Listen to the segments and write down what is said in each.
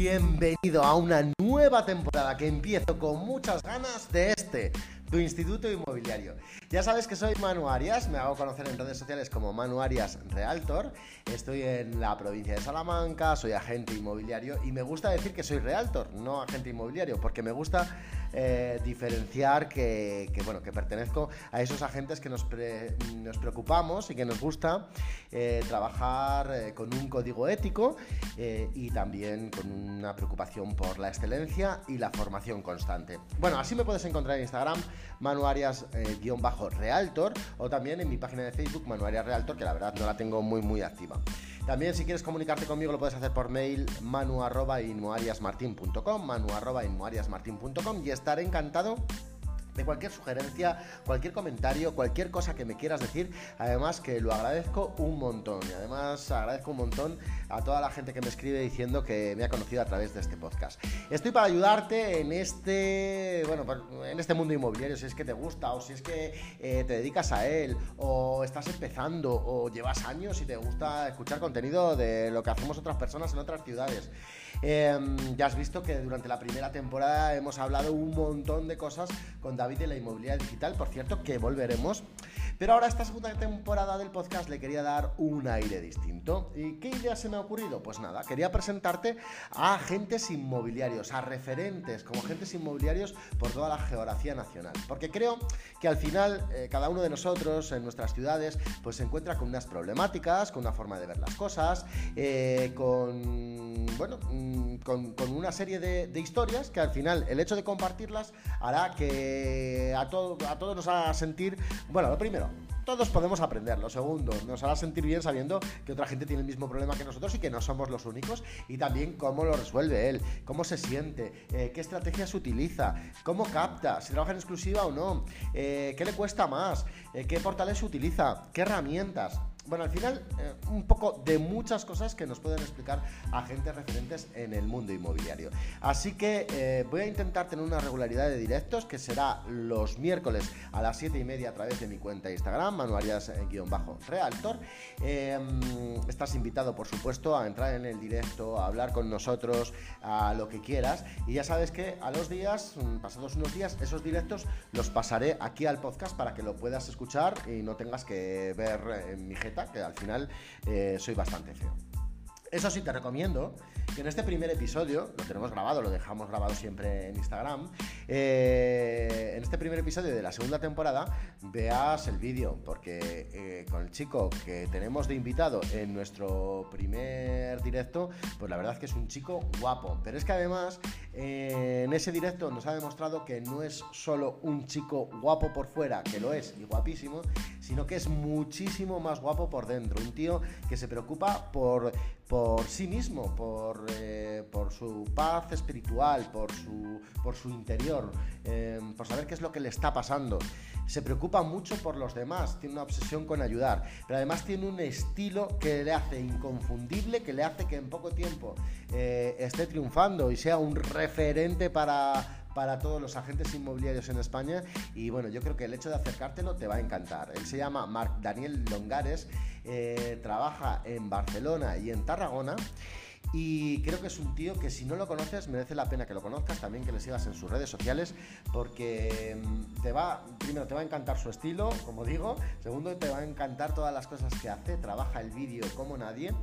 Bienvenido a una nueva temporada que empiezo con muchas ganas de tu instituto inmobiliario. Ya sabes que soy Manu Arias, me hago conocer en redes sociales como Manu Arias Realtor. Estoy en la provincia de Salamanca, soy agente inmobiliario y me gusta decir que soy Realtor, no agente inmobiliario, porque me gusta diferenciar que pertenezco a esos agentes que nos preocupamos y que nos gusta trabajar con un código ético y también con una preocupación por la excelencia y la formación constante. Bueno, así me puedes encontrar en Instagram, Manu Arias Realtor, o también en mi página de Facebook, Manu Arias Realtor, que la verdad no la tengo muy activa. También, si quieres comunicarte conmigo, lo puedes hacer por mail, manu@inmoariasmartin.com, y estaré encantado de cualquier sugerencia, cualquier comentario, cualquier cosa que me quieras decir. Además que lo agradezco un montón, y además agradezco un montón a toda la gente que me escribe diciendo que me ha conocido a través de este podcast. Estoy para ayudarte en este mundo inmobiliario, si es que te gusta, o si es que te dedicas a él, o estás empezando, o llevas años y te gusta escuchar contenido de lo que hacemos otras personas en otras ciudades. Ya has visto que durante la primera temporada hemos hablado un montón de cosas con David de la Inmobiliaria Digital, por cierto, que volveremos. Pero ahora, esta segunda temporada del podcast le quería dar un aire distinto. ¿Y qué idea se me ha ocurrido? Pues nada, quería presentarte a agentes inmobiliarios, a referentes como agentes inmobiliarios por toda la geografía nacional. Porque creo que al final cada uno de nosotros en nuestras ciudades pues se encuentra con unas problemáticas, con una forma de ver las cosas, con una serie de historias que al final el hecho de compartirlas hará que a todos nos haga sentir, lo primero, todos podemos aprender. Lo segundo, nos hará sentir bien sabiendo que otra gente tiene el mismo problema que nosotros y que no somos los únicos, y también cómo lo resuelve él, cómo se siente, qué estrategias utiliza, cómo capta, si trabaja en exclusiva o no, qué le cuesta más, qué portales utiliza, qué herramientas. Bueno, al final, un poco de muchas cosas que nos pueden explicar agentes referentes en el mundo inmobiliario. Así que voy a intentar tener una regularidad de directos, que será los miércoles a las 7:30 a través de mi cuenta de Instagram, Manu Arias_Realtor. Estás invitado, por supuesto, a entrar en el directo, a hablar con nosotros, a lo que quieras. Y ya sabes que a los días, pasados unos días, esos directos los pasaré aquí al podcast para que lo puedas escuchar y no tengas que ver en mi jeta, que al final soy bastante feo. Eso sí, te recomiendo que en este primer episodio, lo tenemos grabado, lo dejamos grabado siempre en Instagram, en este primer episodio de la segunda temporada veas el vídeo, porque con el chico que tenemos de invitado en nuestro primer directo, pues la verdad es que es un chico guapo, pero es que además en ese directo nos ha demostrado que no es solo un chico guapo por fuera, que lo es y guapísimo, sino que es muchísimo más guapo por dentro, un tío que se preocupa por sí mismo, por su paz espiritual, por su interior, por saber qué es lo que le está pasando. Se preocupa mucho por los demás, tiene una obsesión con ayudar, pero además tiene un estilo que le hace inconfundible, que le hace que en poco tiempo esté triunfando y sea un referente para todos los agentes inmobiliarios en España. Y bueno, yo creo que el hecho de acercártelo te va a encantar. Él se llama Marc Daniel Longares, trabaja en Barcelona y en Tarragona, y creo que es un tío que, si no lo conoces, merece la pena que lo conozcas, también que le sigas en sus redes sociales, porque primero te va a encantar su estilo, como digo. Segundo, te va a encantar todas las cosas que hace. Trabaja el vídeo como nadie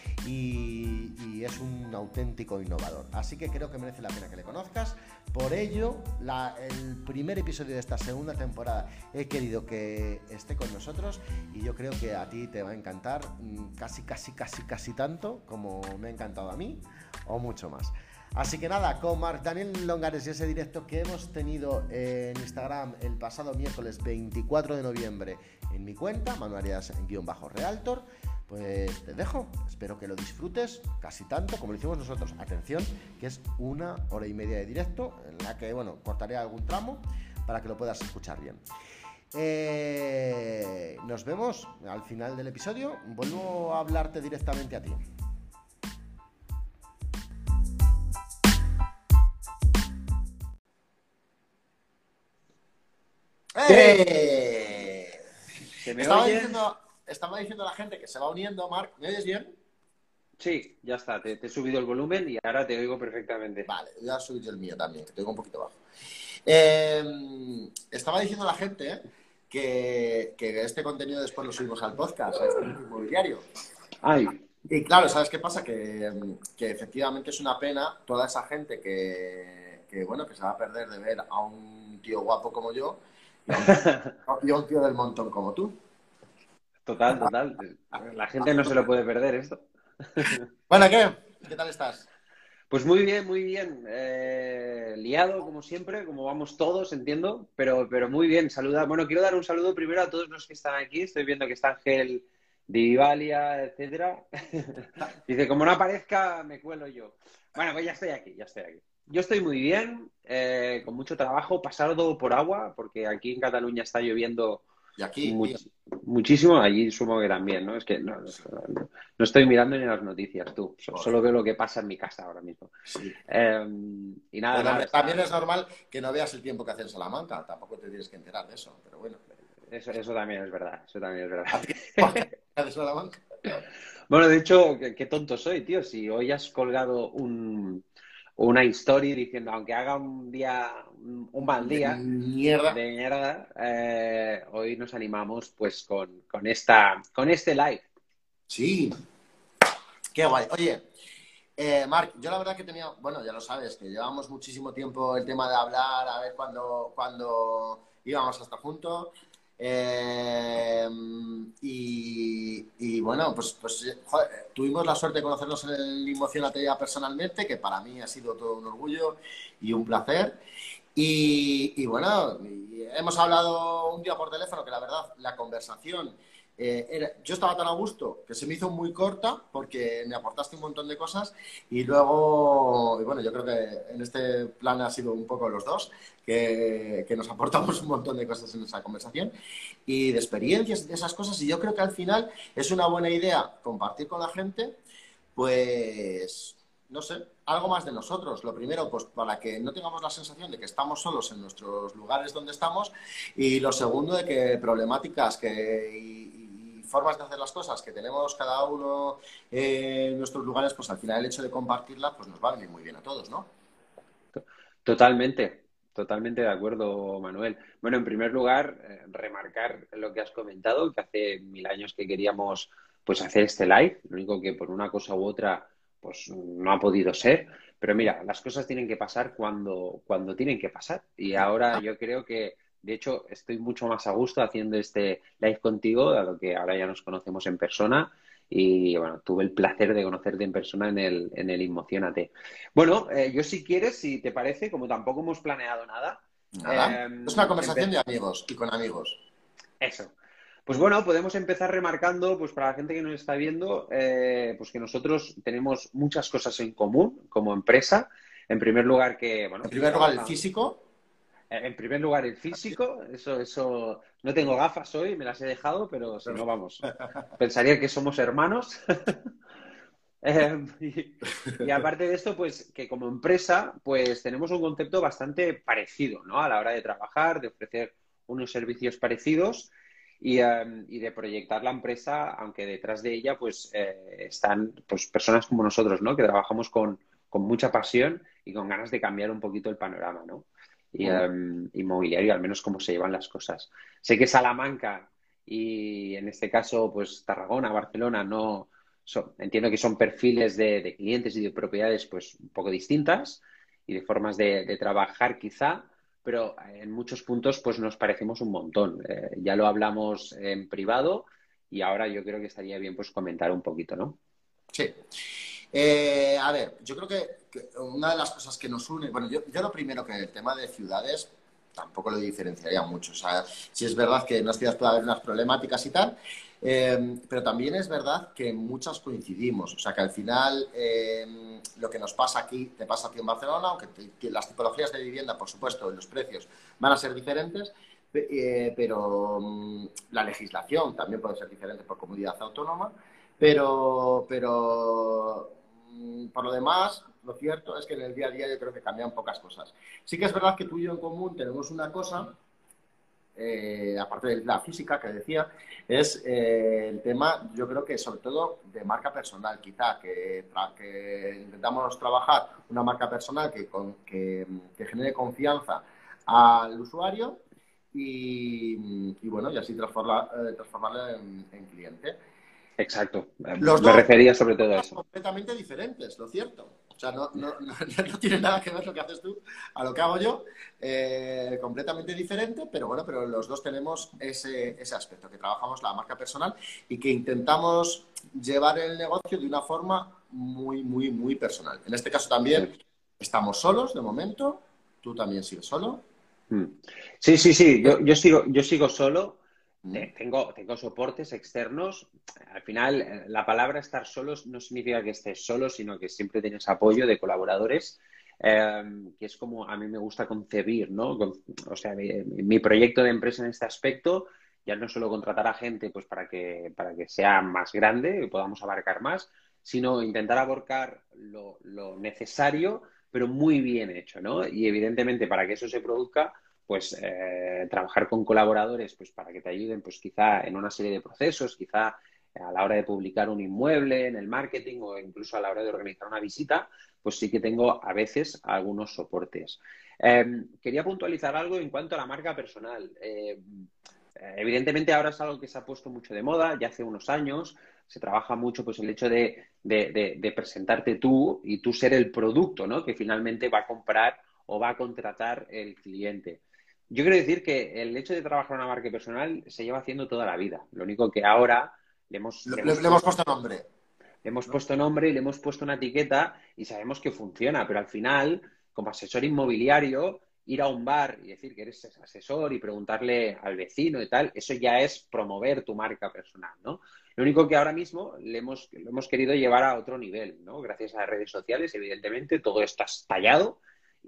y es un auténtico innovador, así que creo que merece la pena que le conozcas. Por ello, el primer episodio de esta segunda temporada he querido que esté con nosotros, y yo creo que a ti te va a encantar casi tanto como me ha encantado a mí, o mucho más. Así que nada, con Marc Daniel Longares y ese directo que hemos tenido en Instagram el pasado miércoles 24 de noviembre en mi cuenta, Manu Arias_Realtor, pues te dejo. Espero que lo disfrutes casi tanto como lo hicimos nosotros. Atención, que es 1h30 de directo, en la que, cortaré algún tramo para que lo puedas escuchar bien. Nos vemos al final del episodio. Vuelvo a hablarte directamente a ti. ¿Se me oye? Estaba diciendo a la gente que se va uniendo. Marc, ¿me oyes bien? Sí, ya está, te he subido el volumen y ahora te oigo perfectamente. Vale, voy a subir yo el mío también, que tengo un poquito bajo. Estaba diciendo a la gente que este contenido después lo subimos al podcast, a este inmobiliario. Ay, Y claro, ¿sabes qué pasa? Que efectivamente es una pena toda esa gente bueno, que se va a perder de ver a un tío guapo como yo y a un tío del montón como tú. total, total. La gente no se lo puede perder esto. Bueno, ¿qué? ¿Qué tal estás? Pues muy bien, muy bien. Liado, como siempre, como vamos todos, entiendo, pero muy bien. Saluda. Bueno, quiero dar un saludo primero a todos los que están aquí. Estoy viendo que está Ángel de Vivalia, etcétera. Dice, como no aparezca, me cuelo yo. Bueno, pues ya estoy aquí, ya estoy aquí. Yo estoy muy bien, con mucho trabajo, pasado por agua, porque aquí en Cataluña está lloviendo Y aquí, tío. much- muchísimo, allí supongo que también, ¿no? Es que no estoy mirando ni las noticias, tú. Joder, Solo veo lo que pasa en mi casa ahora mismo. sí. Eh, y nada, Bueno, nada, hombre, también está. es normal que no veas el tiempo que hace en Salamanca. Tampoco te tienes que enterar de eso, pero bueno. Eso también es verdad, eso también es verdad. ¿A ti qué de Salamanca? Bueno, de hecho, qué tonto soy, tío. Si hoy has colgado una story diciendo, aunque haga un día, un mal De día mierda. de mierda, hoy nos animamos pues con este live. Sí, qué guay. Oye, Marc, yo la verdad que tenía, bueno, ya lo sabes, que llevamos muchísimo tiempo el tema de hablar, a ver cuándo íbamos hasta juntos. Eh, y bueno, pues joder, tuvimos la suerte de conocernos en el Emocionate ya personalmente, que para mí ha sido todo un orgullo y un placer. Y bueno, hemos hablado un día por teléfono que la verdad, la conversación, yo estaba tan a gusto que se me hizo muy corta porque me aportaste un montón de cosas y luego, y bueno, yo creo que en este plan ha sido un poco los dos, que nos aportamos un montón de cosas en esa conversación y de experiencias y de esas cosas y yo creo que al final es una buena idea compartir con la gente, pues no sé, algo más de nosotros. Lo primero, pues para que no tengamos la sensación de que estamos solos en nuestros lugares donde estamos. Y lo segundo, de que problemáticas y formas de hacer las cosas que tenemos cada uno en nuestros lugares, pues al final el hecho de compartirla, pues nos va a venir muy bien a todos, ¿no? Totalmente, totalmente de acuerdo, Manuel. Bueno, en primer lugar, remarcar lo que has comentado, que hace 1000 años que queríamos pues hacer este live, lo único que por una cosa u otra pues no ha podido ser. Pero mira, las cosas tienen que pasar cuando tienen que pasar. Y ahora yo creo que, de hecho, estoy mucho más a gusto haciendo este live contigo, dado que ahora ya nos conocemos en persona. Y bueno, tuve el placer de conocerte en persona en el Inmociónate. Bueno, yo si quieres, si te parece, como tampoco hemos planeado nada, Nada. eh, Es una conversación de empe- amigos y con amigos. eso. Pues bueno, podemos empezar remarcando, pues para la gente que nos está viendo, pues que nosotros tenemos muchas cosas en común como empresa. En primer lugar, que, En bueno, que primer lugar, el trabajamos. físico. En primer lugar, el físico, eso, no tengo gafas hoy, me las he dejado, pero si no, vamos, pensaría que somos hermanos. Y aparte de esto, pues que como empresa, pues tenemos un concepto bastante parecido, ¿no? A la hora de trabajar, de ofrecer unos servicios parecidos y de proyectar la empresa, aunque detrás de ella, pues están pues, personas como nosotros, ¿no? Que trabajamos con mucha pasión y con ganas de cambiar un poquito el panorama, ¿no? Inmobiliario, al menos cómo se llevan las cosas. Sé que Salamanca y en este caso, pues Tarragona, Barcelona, no entiendo que son perfiles de clientes y de propiedades pues un poco distintas y de formas de trabajar quizá, pero en muchos puntos pues nos parecemos un montón. Ya lo hablamos en privado y ahora yo creo que estaría bien pues comentar un poquito, ¿no? Sí. A ver, yo creo que una de las cosas que nos une, bueno, yo lo primero que el tema de ciudades tampoco lo diferenciaría mucho. O sea, sí es verdad que en las ciudades puede haber unas problemáticas y tal, pero también es verdad que en muchas coincidimos. O sea, que al final lo que nos pasa aquí te pasa a ti en Barcelona, aunque las tipologías de vivienda, por supuesto, y los precios van a ser diferentes, pero la legislación también puede ser diferente por comunidad autónoma. Pero por lo demás, lo cierto es que en el día a día yo creo que cambian pocas cosas. Sí que es verdad que tú y yo en común tenemos una cosa, aparte de la física que decía, es el tema, yo creo que sobre todo de marca personal, quizá, que intentamos trabajar una marca personal que genere confianza al usuario y bueno, y así transformarlo en cliente. Exacto. Los Me dos refería sobre todo a cosas eso. completamente diferentes, lo cierto. O sea, no tiene nada que ver lo que haces tú a lo que hago yo. Completamente diferente, pero bueno, pero los dos tenemos ese aspecto, que trabajamos la marca personal y que intentamos llevar el negocio de una forma muy, muy, muy personal. En este caso también Sí. estamos solos de momento. Tú también sigues solo. Mm. Sí, sí, sí, yo sigo solo. Mm. Tengo soportes externos. Al final, la palabra estar solos no significa que estés solo, sino que siempre tienes apoyo de colaboradores, que es como a mí me gusta concebir, ¿no? O sea, mi proyecto de empresa en este aspecto ya no es solo contratar a gente pues para que sea más grande y podamos abarcar más, sino intentar abarcar lo necesario, pero muy bien hecho, ¿no? Y evidentemente para que eso se produzca pues trabajar con colaboradores pues para que te ayuden pues quizá en una serie de procesos, quizá a la hora de publicar un inmueble, en el marketing o incluso a la hora de organizar una visita, pues sí que tengo a veces algunos soportes. Quería puntualizar algo en cuanto a la marca personal. Evidentemente ahora es algo que se ha puesto mucho de moda, ya hace unos años se trabaja mucho pues el hecho de presentarte tú y tú ser el producto, ¿no? Que finalmente va a comprar o va a contratar el cliente. Yo quiero decir que el hecho de trabajar una marca personal se lleva haciendo toda la vida. Lo único que ahora le hemos, le hemos Le hemos puesto, puesto nombre, le hemos ¿no? puesto nombre y le hemos puesto una etiqueta y sabemos que funciona, pero al final, como asesor inmobiliario, ir a un bar y decir que eres asesor y preguntarle al vecino y tal, eso ya es promover tu marca personal, ¿no? Lo único que ahora mismo lo hemos querido llevar a otro nivel, ¿no? Gracias a las redes sociales, evidentemente, todo esto ha estallado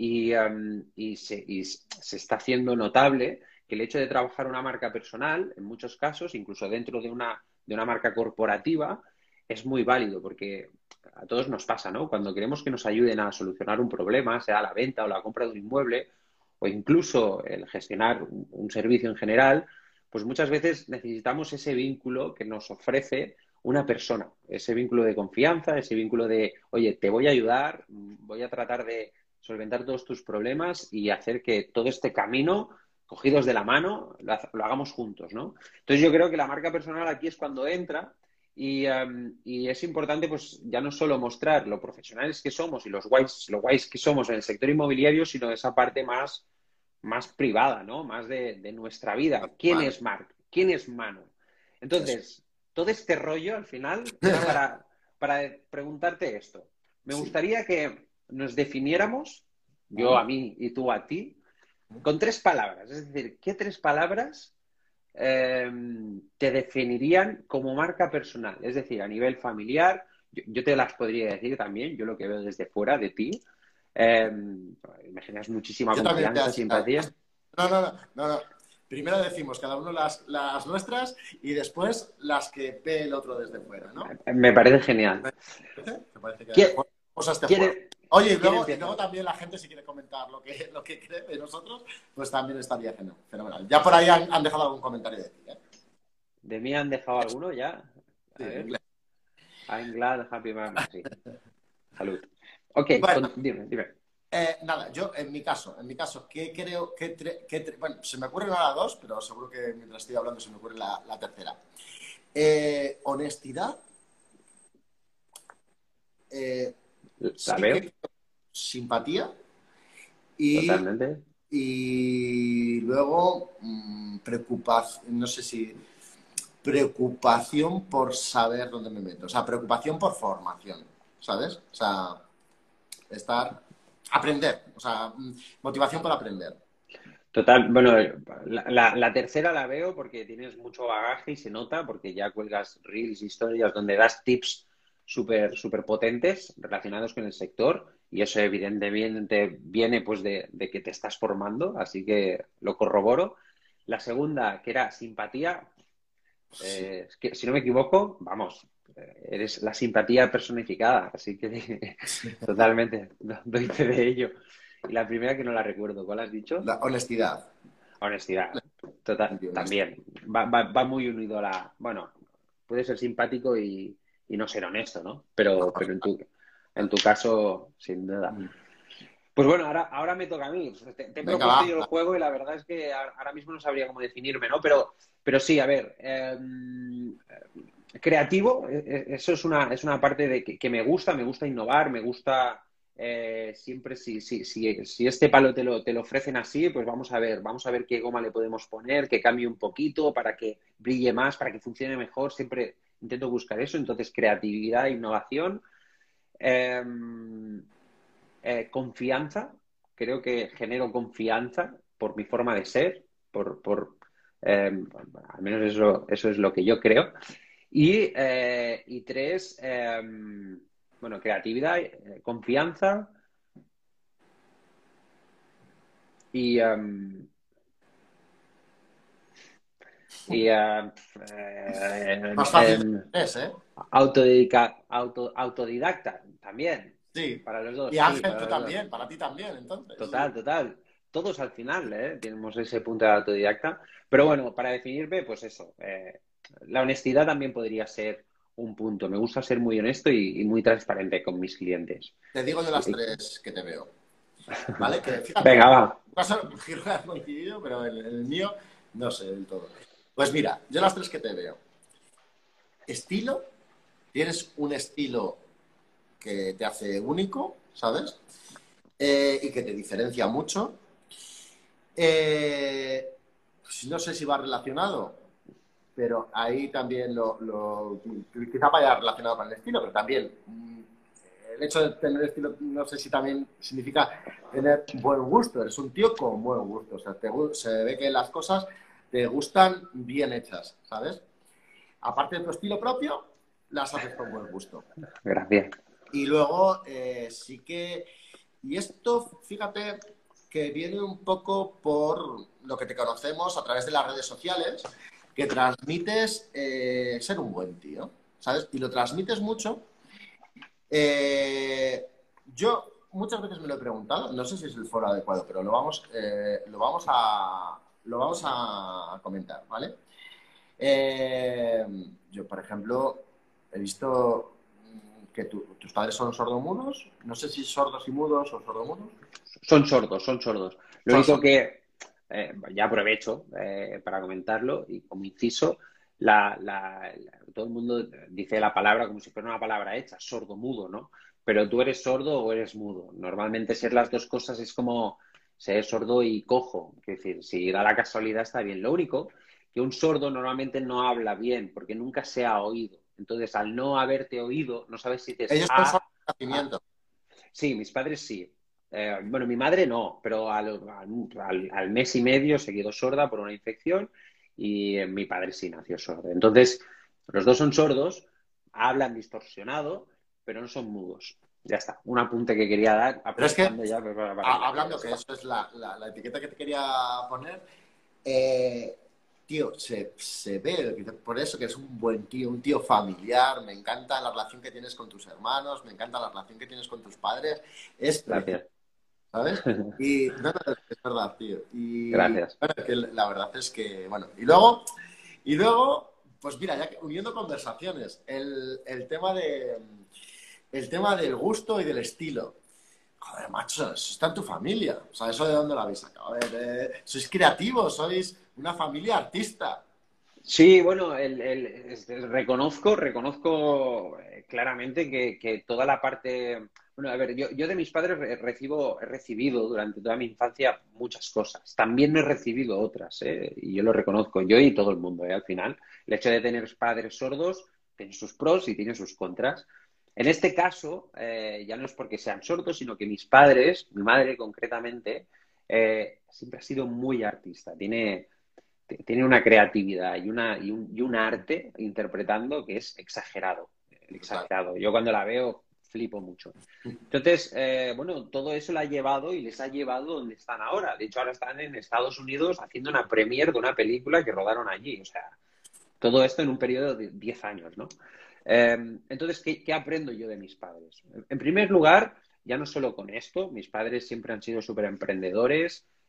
y se está haciendo notable que el hecho de trabajar una marca personal, en muchos casos, incluso dentro de una marca corporativa, es muy válido porque a todos nos pasa, ¿no? Cuando queremos que nos ayuden a solucionar un problema, sea la venta o la compra de un inmueble, o incluso el gestionar un servicio en general, pues muchas veces necesitamos ese vínculo que nos ofrece una persona, ese vínculo de confianza, ese vínculo de, oye, te voy a ayudar, voy a tratar de solventar todos tus problemas y hacer que todo este camino, cogidos de la mano, lo hagamos juntos, ¿no? Entonces yo creo que la marca personal aquí es cuando entra y es importante, pues, ya no solo mostrar lo profesionales que somos y lo guays que somos en el sector inmobiliario, sino esa parte más privada, ¿no? Más de nuestra vida. ¿Quién Vale, es Marc? ¿Quién es Manu? eso. Entonces, todo este rollo, al final, era para preguntarte esto. Me Sí. gustaría que nos definiéramos, yo ¿Mm? a mí y tú a ti, con tres palabras. Es decir, ¿qué tres palabras eh, te definirían como marca personal? Es decir, a nivel familiar, yo te las podría decir también, yo lo que veo desde fuera de ti. Eh, imaginas muchísima Yo también voy a confianza, decir simpatía. no. Primero decimos cada uno las nuestras y después las que ve el otro desde fuera, ¿no? Me parece genial. Me parece que ¿Quién, pues este quién, juego. Oye, quién y luego empieza? también la gente si quiere comentar lo que cree de nosotros, pues también estaría fenomenal. Ya por ahí han dejado algún comentario de ti, ¿eh? ¿De mí han dejado alguno ya? Sí, A en ver. inglés. I'm glad, happy man. Sí, salud. Ok, Bueno, dime. nada, yo en mi caso, ¿qué creo bueno, se me ocurren ahora dos, pero seguro que mientras estoy hablando se me ocurre la tercera. Honestidad, eh, La sí veo que simpatía y, totalmente. y luego preocupación, no sé si preocupación por saber dónde me meto, o sea, preocupación por formación, ¿sabes? O sea, aprender, o sea, motivación por aprender. Total, bueno, la tercera la veo porque tienes mucho bagaje y se nota porque ya cuelgas reels, historias donde das tips súper súper potentes relacionados con el sector y eso evidentemente viene pues de que te estás formando, así que lo corroboro. La segunda, que era simpatía, Sí. es que, si no me equivoco, vamos, eres la simpatía personificada, así que totalmente, doy fe de ello. Y la primera que no la recuerdo, ¿cuál has dicho? La honestidad. Honestidad. Total, muy honesto. también. Va muy unido a la... Bueno, puede ser simpático y no ser honesto, ¿no? Pero en tu caso, sin duda. Mm. Pues bueno, ahora me toca a mí. Te he Venga, propuesto va. yo el juego y la verdad es que ahora mismo no sabría cómo definirme, ¿no? Pero sí, a ver, creativo, eso es una parte de que me gusta innovar, me gusta siempre, si este palo te lo ofrecen así, pues vamos a ver qué goma le podemos poner, que cambie un poquito para que brille más, para que funcione mejor, siempre intento buscar eso, entonces creatividad, innovación. Eh, Confianza, creo que genero confianza por mi forma de ser, al menos eso es lo que yo creo. Y tres, bueno, creatividad, confianza y, y Más fácil de tres, ¿eh? autodidacta también, Sí. para los dos, Y sí, Ángel, para tú los dos. también, para ti también, entonces. Total, total. Todos al final, ¿eh? Tenemos ese punto de autodidacta. Pero bueno, para definirme, pues eso. La honestidad también podría ser un punto. Me gusta ser muy honesto y muy transparente con mis clientes. Te digo yo las tres que te veo, ¿vale? Que fíjate, Venga, va. vas a giro ha coincidido, pero el mío no sé del todo. Pues mira, yo las tres que te veo. Estilo, tienes un estilo que te hace único, ¿sabes? Y que te diferencia mucho. Pues no sé si va relacionado, pero ahí también quizá vaya relacionado con el estilo, pero también el hecho de tener estilo, no sé si también significa tener buen gusto. Eres un tío con buen gusto, o sea, se ve que las cosas te gustan bien hechas, ¿sabes? Aparte de tu estilo propio, las haces con buen gusto. Gracias. Y luego sí que, y esto, fíjate, que viene un poco por lo que te conocemos a través de las redes sociales, que transmites ser un buen tío, ¿sabes? Y lo transmites mucho. Eh, yo muchas veces me lo he preguntado, no sé si es el foro adecuado, pero lo vamos a comentar, ¿vale? Eh, yo, por ejemplo, he visto que tus padres son sordomudos. No sé si sordos y mudos o sordomudos. Son sordos, son sordos. Lo Son único sordos. que, ya aprovecho para comentarlo y como inciso, todo el mundo dice la palabra como si fuera una palabra hecha, sordo-mudo, ¿no? Pero tú eres sordo o eres mudo. Normalmente ser las dos cosas es como ser sordo y cojo. Es decir, si da la casualidad está bien. Lo único que un sordo normalmente no habla bien porque nunca se ha oído. Entonces, al no haberte oído, no sabes si dices Ellos son A, sordos de A. nacimiento. Sí, mis padres sí. Bueno, mi madre no, pero al mes y medio se quedó sorda por una infección y mi padre sí nació sordo. Entonces, los dos son sordos, hablan distorsionado, pero no son mudos. Ya está, un apunte que quería dar, Pero es que, aprovechando ya para que lo hablando, aclares. que eso es la etiqueta que te quería poner, tío, se ve, por eso que es un buen tío, un tío familiar. Me encanta la relación que tienes con tus hermanos, me encanta la relación que tienes con tus padres. Es precioso. Gracias. ¿Sabes? Y no, no, es verdad, tío. Y Gracias. bueno, que la verdad es que, bueno, y luego, pues mira, ya que uniendo conversaciones, el tema del gusto y del estilo. Joder, macho, eso está en tu familia. O sea, ¿eso de dónde lo habéis sacado? A ver, sois creativos, sois una familia artista. Sí, bueno, reconozco claramente que toda la parte, bueno, a ver, yo de mis padres he recibido durante toda mi infancia muchas cosas. También no he recibido otras, ¿eh? Y yo lo reconozco, yo y todo el mundo, ¿eh? Al final, el hecho de tener padres sordos tiene sus pros y tiene sus contras. En este caso, ya no es porque sean sordos, sino que mis padres, mi madre concretamente, siempre ha sido muy artista. Tiene una creatividad y un arte interpretando que es exagerado, Brutal. exagerado. Yo cuando la veo flipo mucho. Entonces, bueno, todo eso la ha llevado y les ha llevado donde están ahora. De hecho, ahora están en Estados Unidos haciendo una premiere de una película que rodaron allí. O sea, todo esto en un periodo de 10 años, ¿no? Entonces, ¿qué aprendo yo de mis padres? En primer lugar, ya no solo con esto, mis padres siempre han sido súper emprendedores,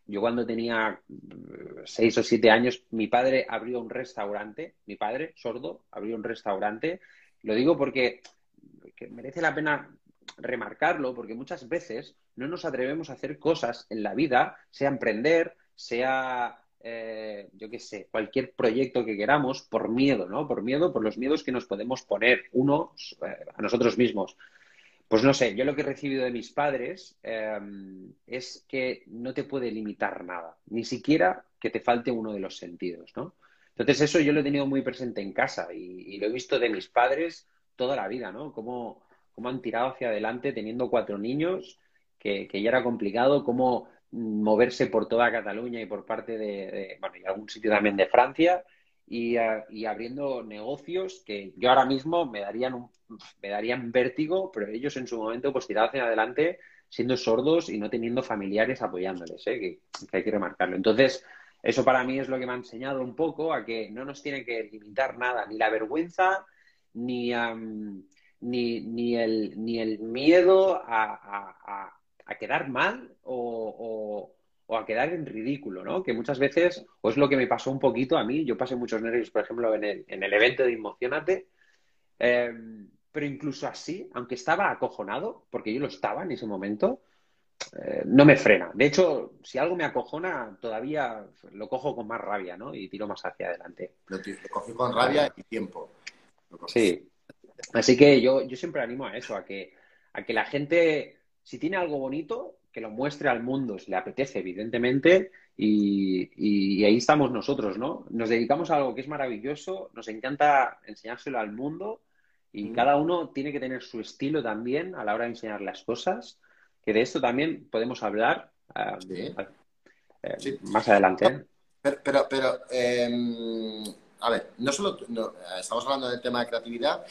Yo cuando tenía 6 o 7 años, mi padre abrió un restaurante, mi padre, sordo, abrió un restaurante. Lo digo porque que merece la pena remarcarlo, porque muchas veces no nos atrevemos a hacer cosas en la vida, sea emprender, sea, yo qué sé, cualquier proyecto que queramos, por miedo, ¿no? Por miedo, por los miedos que nos podemos poner unos a nosotros mismos. Pues no sé, yo lo que he recibido de mis padres es que no te puede limitar nada, ni siquiera que te falte uno de los sentidos, ¿no? Entonces eso yo lo he tenido muy presente en casa y lo he visto de mis padres toda la vida, ¿no? Cómo han tirado hacia adelante teniendo 4 niños, que ya era complicado, cómo moverse por toda Cataluña y por parte bueno, y algún sitio también de Francia y abriendo negocios que yo ahora mismo me darían vértigo, pero ellos en su momento pues tiraban hacia adelante siendo sordos y no teniendo familiares apoyándoles, ¿eh? Que hay que remarcarlo. Entonces, eso para mí es lo que me ha enseñado un poco a que no nos tiene que limitar nada, ni la vergüenza, ni, ni el miedo a quedar mal o a quedar en ridículo, ¿no? Que muchas veces, o es lo que me pasó un poquito a mí, yo pasé muchos nervios, por ejemplo, en el evento de Emocionate, eh, pero incluso así, aunque estaba acojonado, porque yo lo estaba en ese momento, no me frena. De hecho, si algo me acojona, todavía lo cojo con más rabia, ¿no? Y tiro más hacia adelante. Lo cogí con Ah, rabia y tiempo. sí. Así que yo siempre animo a eso, a que la gente, si tiene algo bonito, que lo muestre al mundo, si le apetece, evidentemente, y ahí estamos nosotros, ¿no? Nos dedicamos a algo que es maravilloso, nos encanta enseñárselo al mundo y Mm, cada uno tiene que tener su estilo también a la hora de enseñar las cosas, que de esto también podemos hablar sí, sí. más adelante, ¿eh? A ver, no solo estamos hablando del tema de creatividad,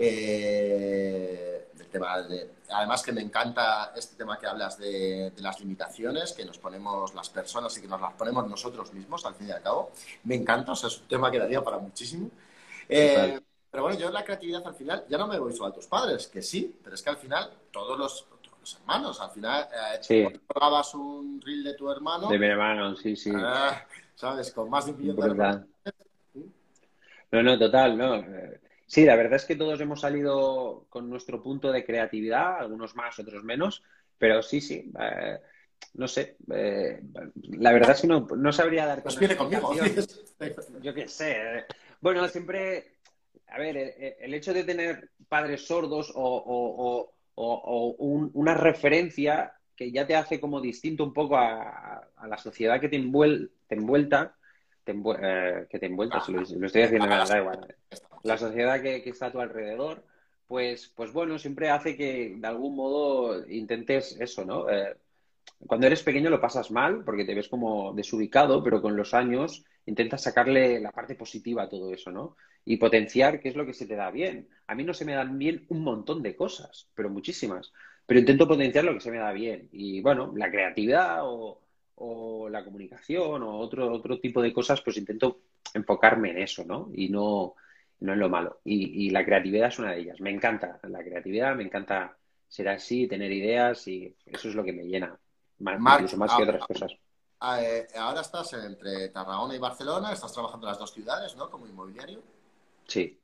del tema además que me encanta este tema que hablas de las limitaciones que nos ponemos las personas y que nos las ponemos nosotros mismos, al fin y al cabo. Me encanta, o sea, es un tema que daría para muchísimo. Total. Pero bueno, yo en la creatividad al final ya no me voy solo a tus padres, que sí, pero es que al final todos los hermanos, al final tú Sí, cuando grabas un reel de tu de hermano, mi hermano, sí, sí, ¿sabes? Con más de 1 millón de reproducciones. brutal. No, no, total, no. Sí, la verdad es que todos hemos salido con nuestro punto de creatividad, algunos más, otros menos, pero sí, sí. No sé. La verdad es que no sabría darte Pues una viene conmigo. explicación. Yo qué sé. Bueno, siempre. A ver, el hecho de tener padres sordos o una referencia que ya te hace como distinto un poco a la sociedad que te envuelta que te envuelta, si lo estoy haciendo A mal, las da igual. que estamos, La sí. sociedad que está a tu alrededor, pues bueno, siempre hace que de algún modo intentes eso, ¿no? Cuando eres pequeño lo pasas mal porque te ves como desubicado, pero con los años intentas sacarle la parte positiva a todo eso, ¿no? Y potenciar qué es lo que se te da bien. A mí no se me dan bien un montón de cosas, pero muchísimas. Pero intento potenciar lo que se me da bien. Y bueno, la creatividad o la comunicación o otro tipo de cosas, pues intento enfocarme en eso, ¿no? Y no en lo malo. Y la creatividad es una de ellas. Me encanta la creatividad, me encanta ser así, tener ideas y eso es lo que me llena Marc, incluso más que otras cosas. ahora estás entre Tarragona y Barcelona, estás trabajando en las dos ciudades, ¿no? Como inmobiliario. Sí,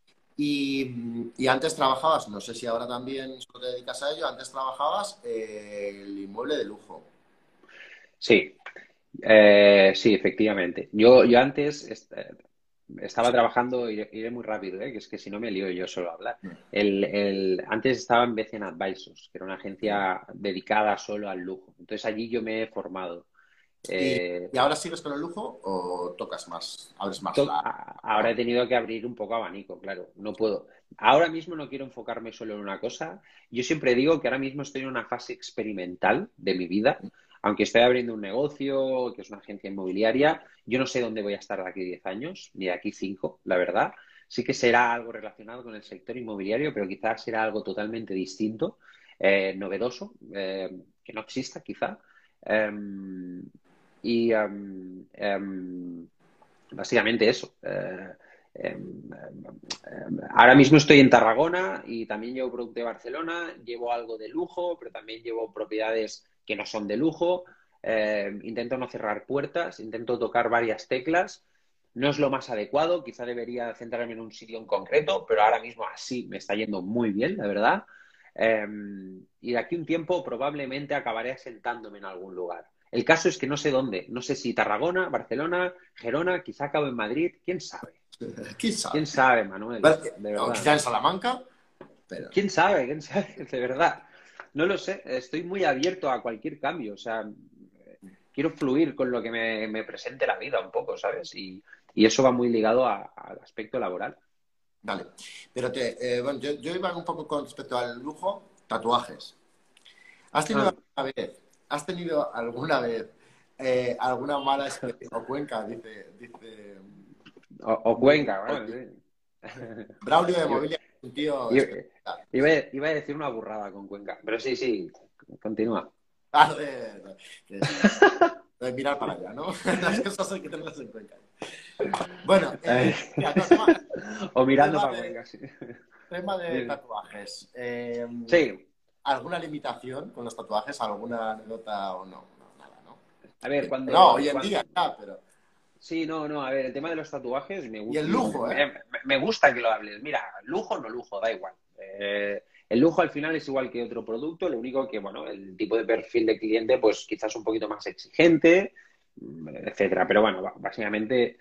Y antes trabajabas, no sé si ahora también solo te dedicas a ello, antes trabajabas el inmueble de lujo. sí, sí, efectivamente. Yo antes estaba Sí. trabajando, iré muy rápido, que es que si no me lío yo solo a hablar. Antes estaba en BCN Advisors, que era una agencia dedicada solo al lujo. Entonces allí yo me he formado. ¿Y, Eh, y ahora sigues con el lujo o tocas más, abres más la Ahora he gama? tenido que abrir un poco abanico, claro, no puedo. Ahora mismo no quiero enfocarme solo en una cosa. Yo siempre digo que ahora mismo estoy en una fase experimental de mi vida, aunque estoy abriendo un negocio, que es una agencia inmobiliaria, yo no sé dónde voy a estar de aquí 10 años, ni de aquí 5, la verdad. Sí que será algo relacionado con el sector inmobiliario, pero quizás será algo totalmente distinto, novedoso, que no exista quizá. Em, y básicamente eso. Ahora mismo estoy en Tarragona y también llevo producto de Barcelona, llevo algo de lujo, pero también llevo propiedades que no son de lujo. intento no cerrar puertas, intento tocar varias teclas. No es lo más adecuado, quizá debería centrarme en un sitio en concreto, pero ahora mismo así me está yendo muy bien, la verdad. Eh, y de aquí a un tiempo probablemente acabaré asentándome en algún lugar. El caso es que no sé dónde, no sé si Tarragona, Barcelona, Gerona, quizá acabo en Madrid, quién sabe. ¿Quién sabe? ¿Quién sabe, Manuel? Bueno, De o verdad. quizá en Salamanca, pero... ¿Quién sabe? ¿Quién sabe? De verdad. No lo sé. Estoy muy abierto a cualquier cambio. O sea, quiero fluir con lo que me presente la vida un poco, ¿sabes? Y eso va muy ligado al aspecto laboral. Vale. Pero bueno, yo iba un poco con respecto al lujo, tatuajes. ¿Has tenido Ah, alguna vez, has tenido alguna vez alguna mala experiencia? O Cuenca, dice o Cuenca, bueno, sí. Braulio de Iba, Mobilia es un tío iba- espectacular. iba a decir una burrada con Cuenca, pero sí, sí, continúa. Ah, de mirar para allá, ¿no? Las cosas hay que tenerlas en cuenta. Bueno, mira, no, O mirando tema para de, Cuenca, sí. tema de Dime. tatuajes. Sí, ¿Alguna limitación con los tatuajes? ¿Alguna anécdota o no? No, nada, ¿no? a ver, No, hoy en día ya, pero... Sí, no, no, a ver, el tema de los tatuajes Y el lujo, ¿eh? me gusta que lo hables. Mira, lujo o no lujo, da igual. El lujo al final es igual que otro producto, lo único que, bueno, el tipo de perfil de cliente, pues quizás un poquito más exigente, etcétera. Pero bueno, básicamente,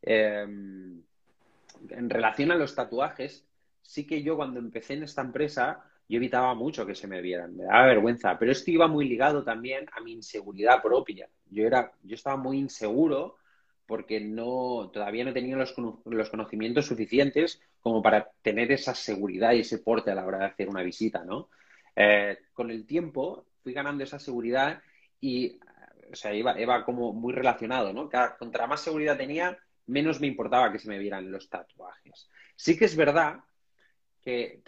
en relación a los tatuajes, sí que yo cuando empecé en esta empresa, yo evitaba mucho que se me vieran, me daba vergüenza, pero esto iba muy ligado también a mi inseguridad propia. Yo estaba muy inseguro porque todavía no tenía los conocimientos suficientes como para tener esa seguridad y ese porte a la hora de hacer una visita, ¿no? Con el tiempo fui ganando esa seguridad y, o sea, iba como muy relacionado, ¿no? Contra más seguridad tenía, menos me importaba que se me vieran los tatuajes. Sí que es verdad que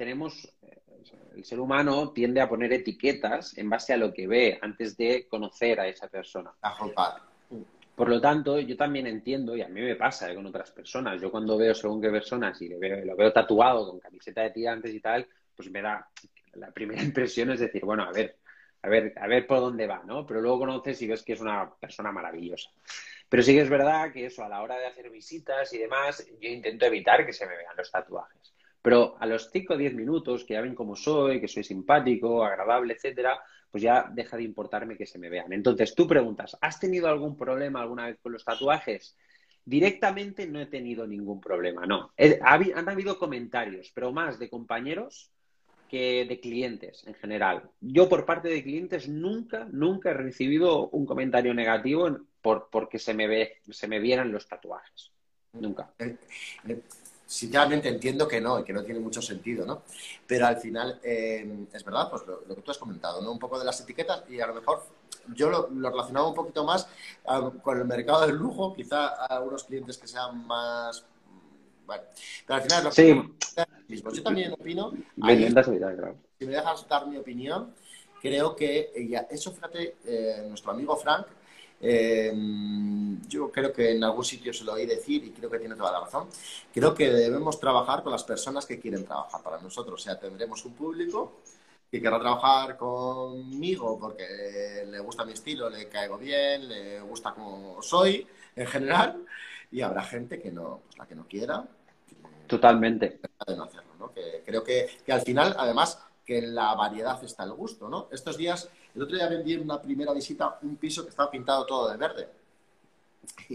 el ser humano tiende a poner etiquetas en base a lo que ve antes de conocer a esa persona. A jolpar. Por lo tanto, yo también entiendo, y a mí me pasa con otras personas, yo cuando veo según qué personas y lo veo tatuado con camiseta de tirantes y tal, pues me da, la primera impresión es decir, bueno, a ver por dónde va, ¿no? Pero luego conoces y ves que es una persona maravillosa. Pero sí que es verdad que eso, a la hora de hacer visitas y demás, yo intento evitar que se me vean los tatuajes. Pero a los 5 o 10 minutos, que ya ven cómo soy, que soy simpático, agradable, etcétera, pues ya deja de importarme que se me vean. Entonces, tú preguntas, ¿has tenido algún problema alguna vez con los tatuajes? Directamente no he tenido ningún problema, no. Han habido comentarios, pero más de compañeros que de clientes en general. Yo por parte de clientes nunca he recibido un comentario negativo porque se me vieran los tatuajes. Nunca. Eh, Sinceramente entiendo que no y que no tiene mucho sentido, ¿no? Pero al final, es verdad, pues lo que tú has comentado, ¿no? Un poco de las etiquetas y a lo mejor yo lo relacionaba un poquito más con el mercado del lujo, quizá a algunos clientes que sean más... Bueno, pero al final lo Sí, mismo. Yo también opino, ahí, ventas evitar, claro. si me dejas dar mi opinión, creo que eso, fíjate, nuestro amigo Frank, eh, yo creo que en algún sitio se lo oí decir y creo que tiene toda la razón. Creo que debemos trabajar con las personas que quieren trabajar para nosotros. O sea, tendremos un público que querrá trabajar conmigo porque le gusta mi estilo, le caigo bien, le gusta como soy en general, y habrá gente que no, pues la que no quiera, Totalmente. de no hacerlo, ¿no? Que creo que al final, además, que en la variedad está el gusto, ¿no? Estos días, el otro día vendí en una primera visita un piso que estaba pintado todo de verde. Y,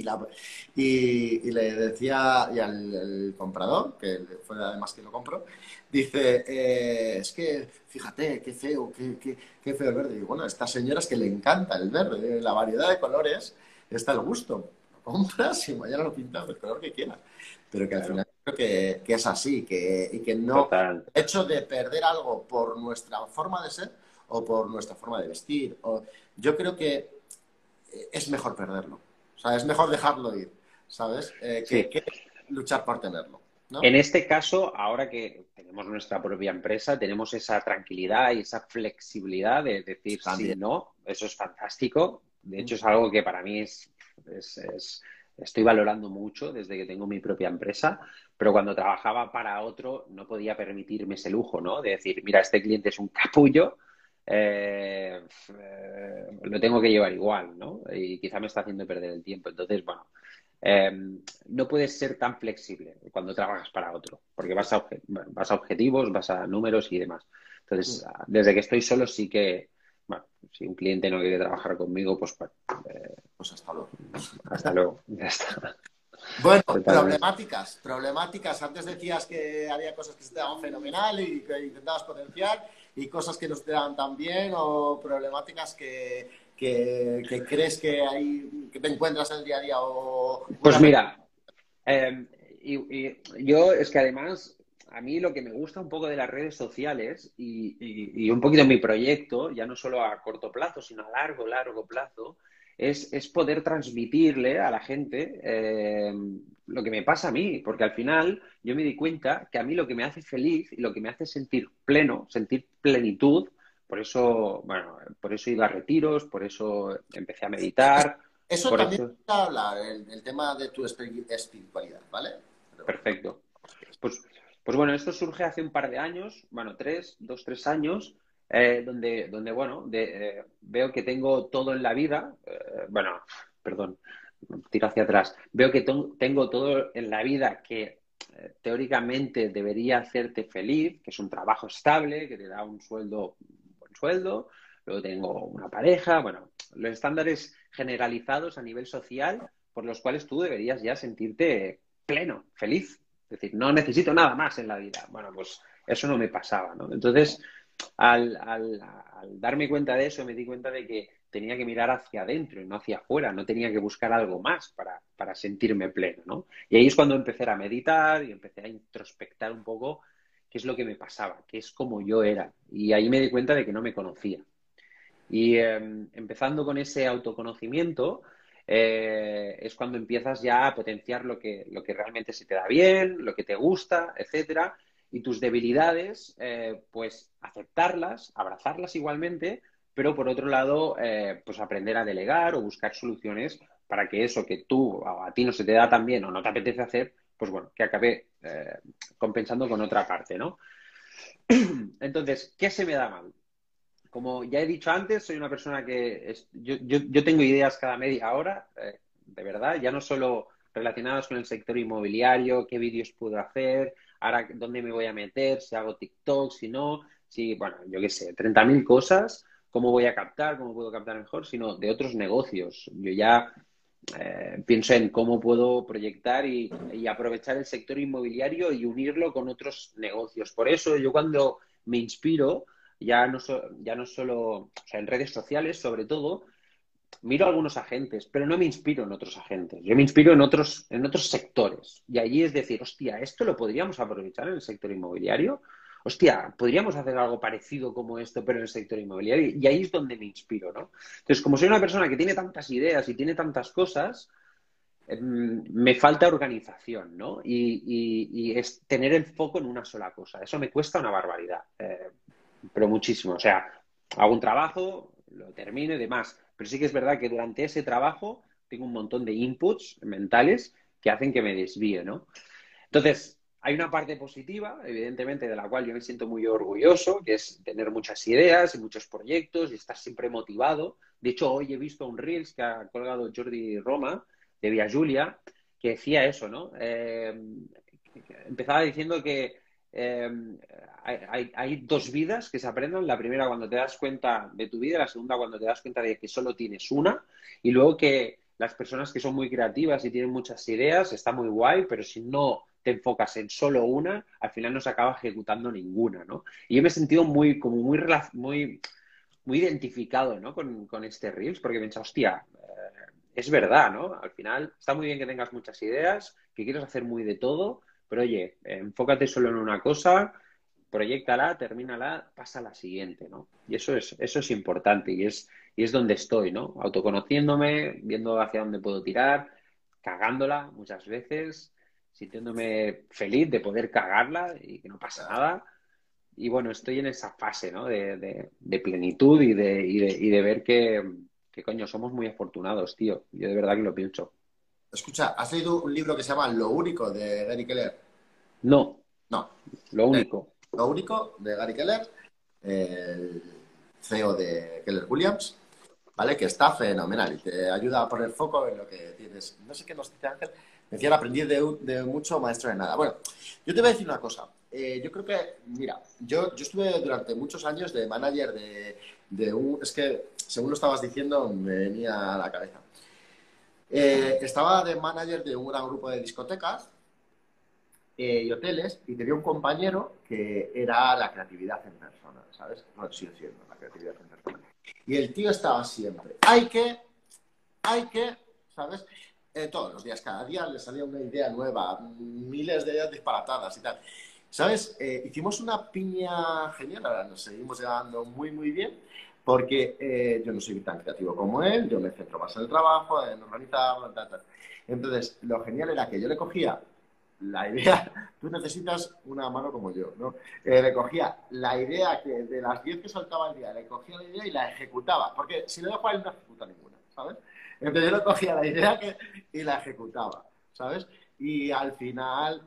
y le decía y al el comprador, que fue además quien lo compró, dice, es que fíjate, qué feo, qué feo el verde. Y digo, bueno, a esta señora es que le encanta el verde, la variedad de colores está el gusto. Lo compras y mañana lo pintas del color que quieras. Pero que al Claro, final creo que es así, y que no, total. el hecho de perder algo por nuestra forma de ser o por nuestra forma de vestir, yo creo que es mejor perderlo. O sea, es mejor dejarlo ir, ¿sabes? Sí. Que luchar por tenerlo, En ¿no? este caso, ahora que tenemos nuestra propia empresa, tenemos esa tranquilidad y esa flexibilidad de decir sí, También. no, eso es fantástico. De hecho, es algo que para mí estoy valorando mucho desde que tengo mi propia empresa, pero cuando trabajaba para otro no podía permitirme ese lujo, ¿no? De decir, mira, este cliente es un capullo, lo tengo que llevar igual, ¿no? Y quizá me está haciendo perder el tiempo. Entonces, bueno, eh, no puedes ser tan flexible cuando trabajas para otro, porque vas a objetivos, vas a números y demás. Entonces, desde que estoy solo sí que, bueno, si un cliente no quiere trabajar conmigo, pues bueno, Pues hasta luego. hasta luego, ya está. Bueno, Totalmente. problemáticas. Antes decías que había cosas que se te daban fenomenal y que intentabas potenciar y cosas que no se te daban tan bien o problemáticas que crees que hay, que te encuentras en el día a día o Pues una... mira, Eh, y yo es que además, a mí lo que me gusta un poco de las redes sociales y un poquito mi proyecto, ya no solo a corto plazo, sino a largo, largo plazo, es poder transmitirle a la gente lo que me pasa a mí, porque al final yo me di cuenta que a mí lo que me hace feliz y lo que me hace sentir pleno, sentir plenitud, por eso, bueno, por eso he ido a retiros, por eso empecé a meditar, Eso por también eso, te hablar, el tema de tu espiritualidad, ¿vale? Pero, perfecto. Pues, pues bueno, esto surge hace un par de años, bueno, tres años, donde bueno, veo que tengo todo en la vida, bueno, perdón, tiro hacia atrás, veo que tengo todo en la vida que teóricamente debería hacerte feliz, que es un trabajo estable, que te da un buen sueldo, luego tengo una pareja, bueno, los estándares generalizados a nivel social por los cuales tú deberías ya sentirte pleno, feliz. Es decir, no necesito nada más en la vida. Bueno, pues eso no me pasaba, ¿no? Entonces, al darme cuenta de eso, me di cuenta de que tenía que mirar hacia adentro y no hacia afuera, no tenía que buscar algo más para sentirme pleno, ¿no? Y ahí es cuando empecé a meditar y empecé a introspectar un poco qué es lo que me pasaba, qué es como yo era. Y ahí me di cuenta de que no me conocía. Y empezando con ese autoconocimiento, es cuando empiezas ya a potenciar lo que realmente se te da bien, lo que te gusta, etcétera, y tus debilidades, pues aceptarlas, abrazarlas igualmente, pero por otro lado, pues aprender a delegar o buscar soluciones para que eso que tú o a ti no se te da tan bien o no te apetece hacer, pues bueno, que acabe compensando con otra parte, ¿no? Entonces, ¿qué se me da mal? Como ya he dicho antes, soy una persona que yo tengo ideas cada media hora, de verdad, ya no solo relacionadas con el sector inmobiliario, qué vídeos puedo hacer, ahora dónde me voy a meter, si hago TikTok, si no, si, bueno, yo qué sé, 30.000 cosas, cómo voy a captar, cómo puedo captar mejor, sino de otros negocios. Yo ya pienso en cómo puedo proyectar y aprovechar el sector inmobiliario y unirlo con otros negocios. Por eso yo cuando me inspiro ya no solo, o sea, en redes sociales sobre todo, miro a algunos agentes, pero no me inspiro en otros agentes. Yo me inspiro en otros sectores. Y allí es decir, hostia, esto lo podríamos aprovechar en el sector inmobiliario. Hostia, podríamos hacer algo parecido como esto, pero en el sector inmobiliario. Y ahí es donde me inspiro, ¿no? Entonces, como soy una persona que tiene tantas ideas y tiene tantas cosas, me falta organización, ¿no? Y es tener el foco en una sola cosa. Eso me cuesta una barbaridad, pero muchísimo. O sea, hago un trabajo, lo termino y demás. Pero sí que es verdad que durante ese trabajo tengo un montón de inputs mentales que hacen que me desvíe, ¿no? Entonces, hay una parte positiva, evidentemente, de la cual yo me siento muy orgulloso, que es tener muchas ideas y muchos proyectos y estar siempre motivado. De hecho, hoy he visto un Reels que ha colgado Jordi Roma de Via Julia, que decía eso, ¿no? Empezaba diciendo que eh, hay dos vidas que se aprenden. La primera cuando te das cuenta de tu vida, la segunda cuando te das cuenta de que solo tienes una, y luego que las personas que son muy creativas y tienen muchas ideas, está muy guay, pero si no te enfocas en solo una, al final no se acaba ejecutando ninguna, ¿no? Y yo me he sentido muy, como muy identificado, ¿no? Con este Reels, porque he pensado, hostia, es verdad, ¿no? Al final está muy bien que tengas muchas ideas, que quieras hacer muy de todo, pero oye, enfócate solo en una cosa, proyéctala, termínala, pasa a la siguiente, ¿no? Y eso es importante y es donde estoy, ¿no? Autoconociéndome, viendo hacia dónde puedo tirar, cagándola muchas veces, sintiéndome feliz de poder cagarla y que no pasa nada. Y bueno, estoy en esa fase, ¿no? De plenitud y de ver que, coño, somos muy afortunados, tío. Yo de verdad que lo pienso. escucha, ¿has leído un libro que se llama Lo Único de Gary Keller? No, No. lo único. Lo Único de Gary Keller. Eh, CEO de Keller Williams, ¿vale? Que está fenomenal y te ayuda a poner foco en lo que tienes. No sé qué nos dice Ángel. Me decían aprendí de mucho, maestro de nada. Bueno, yo te voy a decir una cosa. Yo creo que, mira, yo estuve durante muchos años de manager de un... Es que, según lo estabas diciendo, me venía a la cabeza. Estaba de manager de un gran grupo de discotecas y hoteles y tenía un compañero que era la creatividad en persona, ¿sabes? Bueno, sigue siendo la creatividad en persona. Y el tío estaba siempre, hay que, ¿sabes? Todos los días, cada día le salía una idea nueva, miles de ideas disparatadas y tal. ¿Sabes? Hicimos una piña genial, ahora nos seguimos llevando muy, muy bien, porque yo no soy tan creativo como él, yo me centro más en el trabajo, en organizar, tal, tal. Entonces, lo genial era que yo le cogía la idea, tú necesitas una mano como yo, ¿no? Le cogía la idea que de las 10 que soltaba al día, le cogía la idea y la ejecutaba, porque si no dejo a él no ejecuta ninguna, ¿sabes? Entonces yo le cogía la idea y la ejecutaba, ¿sabes? Y al final,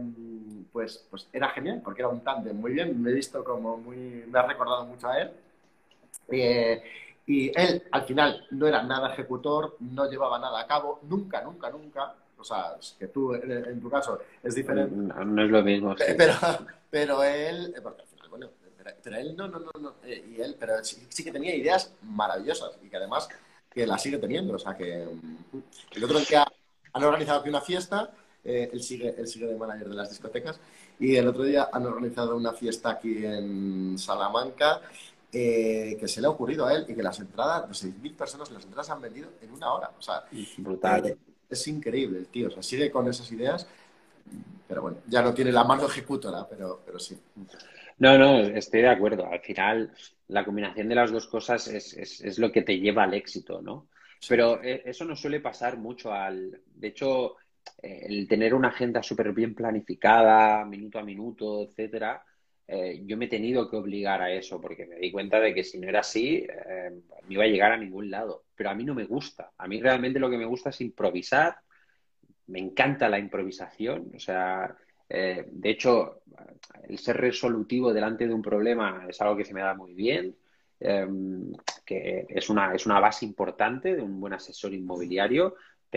pues era genial, porque era un tándem muy bien, me he visto como muy, me ha recordado mucho a él. Eh, y él, al final, no era nada ejecutor, no llevaba nada a cabo, nunca, nunca, nunca. O sea, es que tú, en tu caso, es diferente. No, no es lo mismo, sí. Pero, pero él, porque al final, bueno, pero él no, y él, pero sí que tenía ideas maravillosas y que además que las sigue teniendo. O sea, que el otro día han organizado aquí una fiesta, él sigue de manager de las discotecas, y el otro día han organizado una fiesta aquí en Salamanca que se le ha ocurrido a él y que las entradas, de 6.000 personas, las entradas se han vendido en una hora. O sea, Brutal. es increíble el tío. O sea, sigue con esas ideas, pero bueno, ya no tiene la mano ejecutora, pero sí. No, no, estoy de acuerdo. Al final, la combinación de las dos cosas es lo que te lleva al éxito, ¿no? Sí. Pero eso no suele pasar mucho al... De hecho, el tener una agenda súper bien planificada, minuto a minuto, etcétera, yo me he tenido que obligar a eso porque me di cuenta de que si no era así, no iba a llegar a ningún lado. Pero a mí no me gusta. A mí realmente lo que me gusta es improvisar. Me encanta la improvisación. O sea, de hecho, el ser resolutivo delante de un problema es algo que se me da muy bien, eh, que es una base importante de un buen asesor inmobiliario,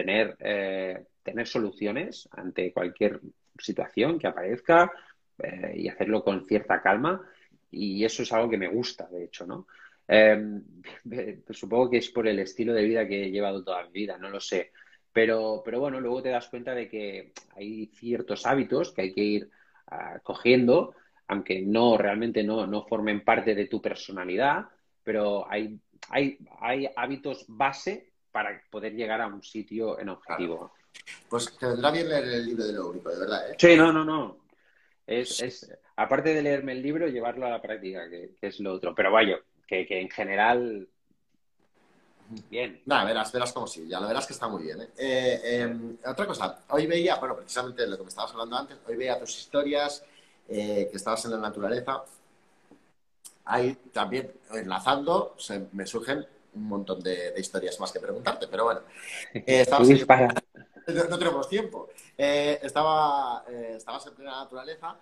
tener soluciones ante cualquier situación que aparezca y hacerlo con cierta calma. Y eso es algo que me gusta, de hecho, ¿no? Supongo que es por el estilo de vida que he llevado toda mi vida, no lo sé. Pero bueno, luego te das cuenta de que hay ciertos hábitos que hay que ir cogiendo, aunque no realmente no formen parte de tu personalidad, pero hay hábitos base para poder llegar a un sitio en Claro. objetivo. Pues te vendrá bien leer el libro de lo único, de verdad, ¿eh? Sí, no, no, no. Aparte de leerme el libro, llevarlo a la práctica, que es lo otro. Pero vaya, que en general, bien. Nada, verás como sí, ya lo verás que está muy bien, ¿eh? Otra cosa, hoy veía, bueno, precisamente de lo que me estabas hablando antes, hoy veía tus historias, que estabas en la naturaleza. Ahí también, enlazando, me surgen un montón de historias más que preguntarte, pero bueno, Tú estabas ahí, dispara. no tenemos tiempo. Estabas en plena naturaleza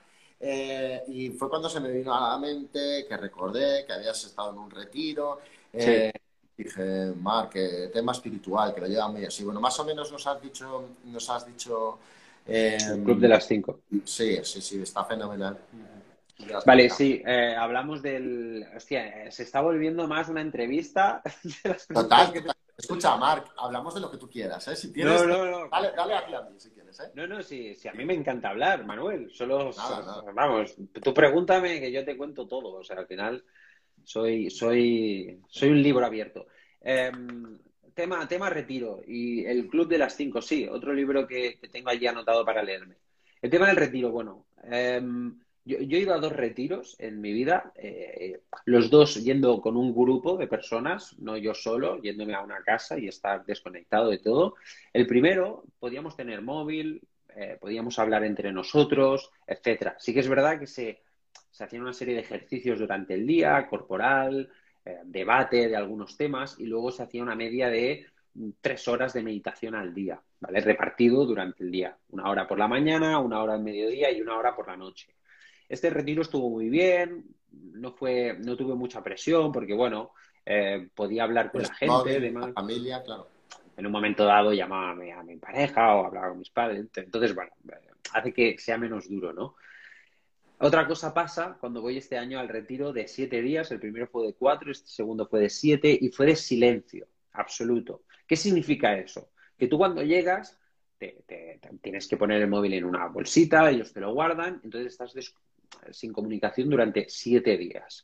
y fue cuando se me vino a la mente que recordé que habías estado en un retiro. Sí, Dije, Marc, que tema espiritual, que lo lleva muy así. Bueno, más o menos nos has dicho, el Club de las 5. sí, sí, sí, está fenomenal. De las Vale, preguntas. sí, hablamos del... Hostia, se está volviendo más una entrevista de las preguntas Total, que te... total. Escucha, Marc, hablamos de lo que tú quieras, ¿eh? Si No, tienes, no, no. dale aquí a mí, si quieres, ¿eh? No, no, sí, sí, a mí me encanta hablar, Manuel. Nada, nada. Vamos, tú pregúntame que yo te cuento todo. O sea, al final soy un libro abierto. Eh, tema retiro y el Club de las 5, sí, otro libro que tengo allí anotado para leerme. El tema del retiro, bueno, yo he ido a dos retiros en mi vida, los dos yendo con un grupo de personas, no yo solo, yéndome a una casa y estar desconectado de todo. El primero, podíamos tener móvil, podíamos hablar entre nosotros, etcétera. Sí que es verdad que se hacían una serie de ejercicios durante el día, corporal, debate de algunos temas y luego se hacía una media de 3 horas de meditación al día, ¿vale? Repartido durante el día. 1 hora por la mañana, 1 hora al mediodía y 1 hora por la noche. Este retiro estuvo muy bien, no tuve mucha presión porque, bueno, podía hablar con Pues la gente, móvil, la demás. familia, claro. En un momento dado llamaba a mi pareja o hablaba con mis padres. Entonces, bueno, hace que sea menos duro, ¿no? Otra cosa pasa cuando voy este año al retiro de 7 días. El primero fue de 4, este segundo fue de 7 y fue de silencio absoluto. ¿Qué significa eso? Que tú cuando llegas tienes que poner el móvil en una bolsita, ellos te lo guardan, entonces estás sin comunicación durante 7 días.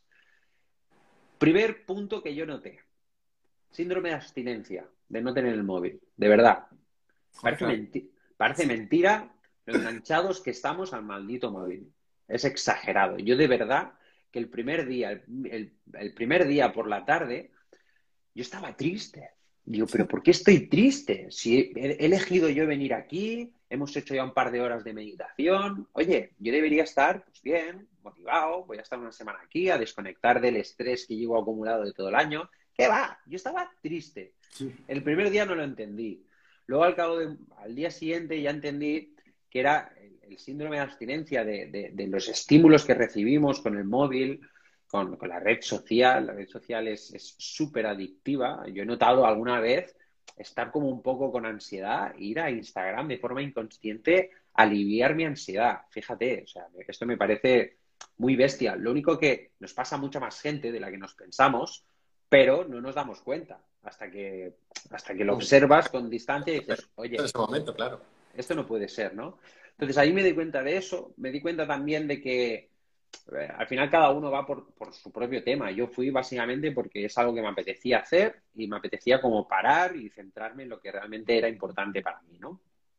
Primer punto que yo noté, síndrome de abstinencia, de no tener el móvil, de verdad. Parece, Ostras. parece mentira lo enganchados que estamos al maldito móvil. Es exagerado. Yo de verdad que el primer día, el primer día por la tarde, yo estaba triste. Digo, pero ¿por qué estoy triste? Si he elegido yo venir aquí, hemos hecho ya un par de horas de meditación. Oye, yo debería estar, pues bien, motivado, voy a estar una semana aquí a desconectar del estrés que llevo acumulado de todo el año. ¿Qué va? Yo estaba triste. Sí. El primer día no lo entendí. Luego al día siguiente ya entendí que era el síndrome de abstinencia de los estímulos que recibimos con el móvil, con la red social. La red social es súper adictiva. Yo he notado alguna vez estar como un poco con ansiedad, ir a Instagram de forma inconsciente, aliviar mi ansiedad. Fíjate, o sea, esto me parece muy bestia. Lo único que nos pasa a mucha más gente de la que nos pensamos, pero no nos damos cuenta hasta que lo observas con distancia y dices, En oye, ese momento, claro. esto no puede ser, ¿no? Entonces ahí me di cuenta de eso, me di cuenta también de que al final cada uno va por su propio tema. Yo fui básicamente porque es algo que me apetecía hacer y me apetecía como parar y centrarme en lo que realmente era importante para mí, ¿no?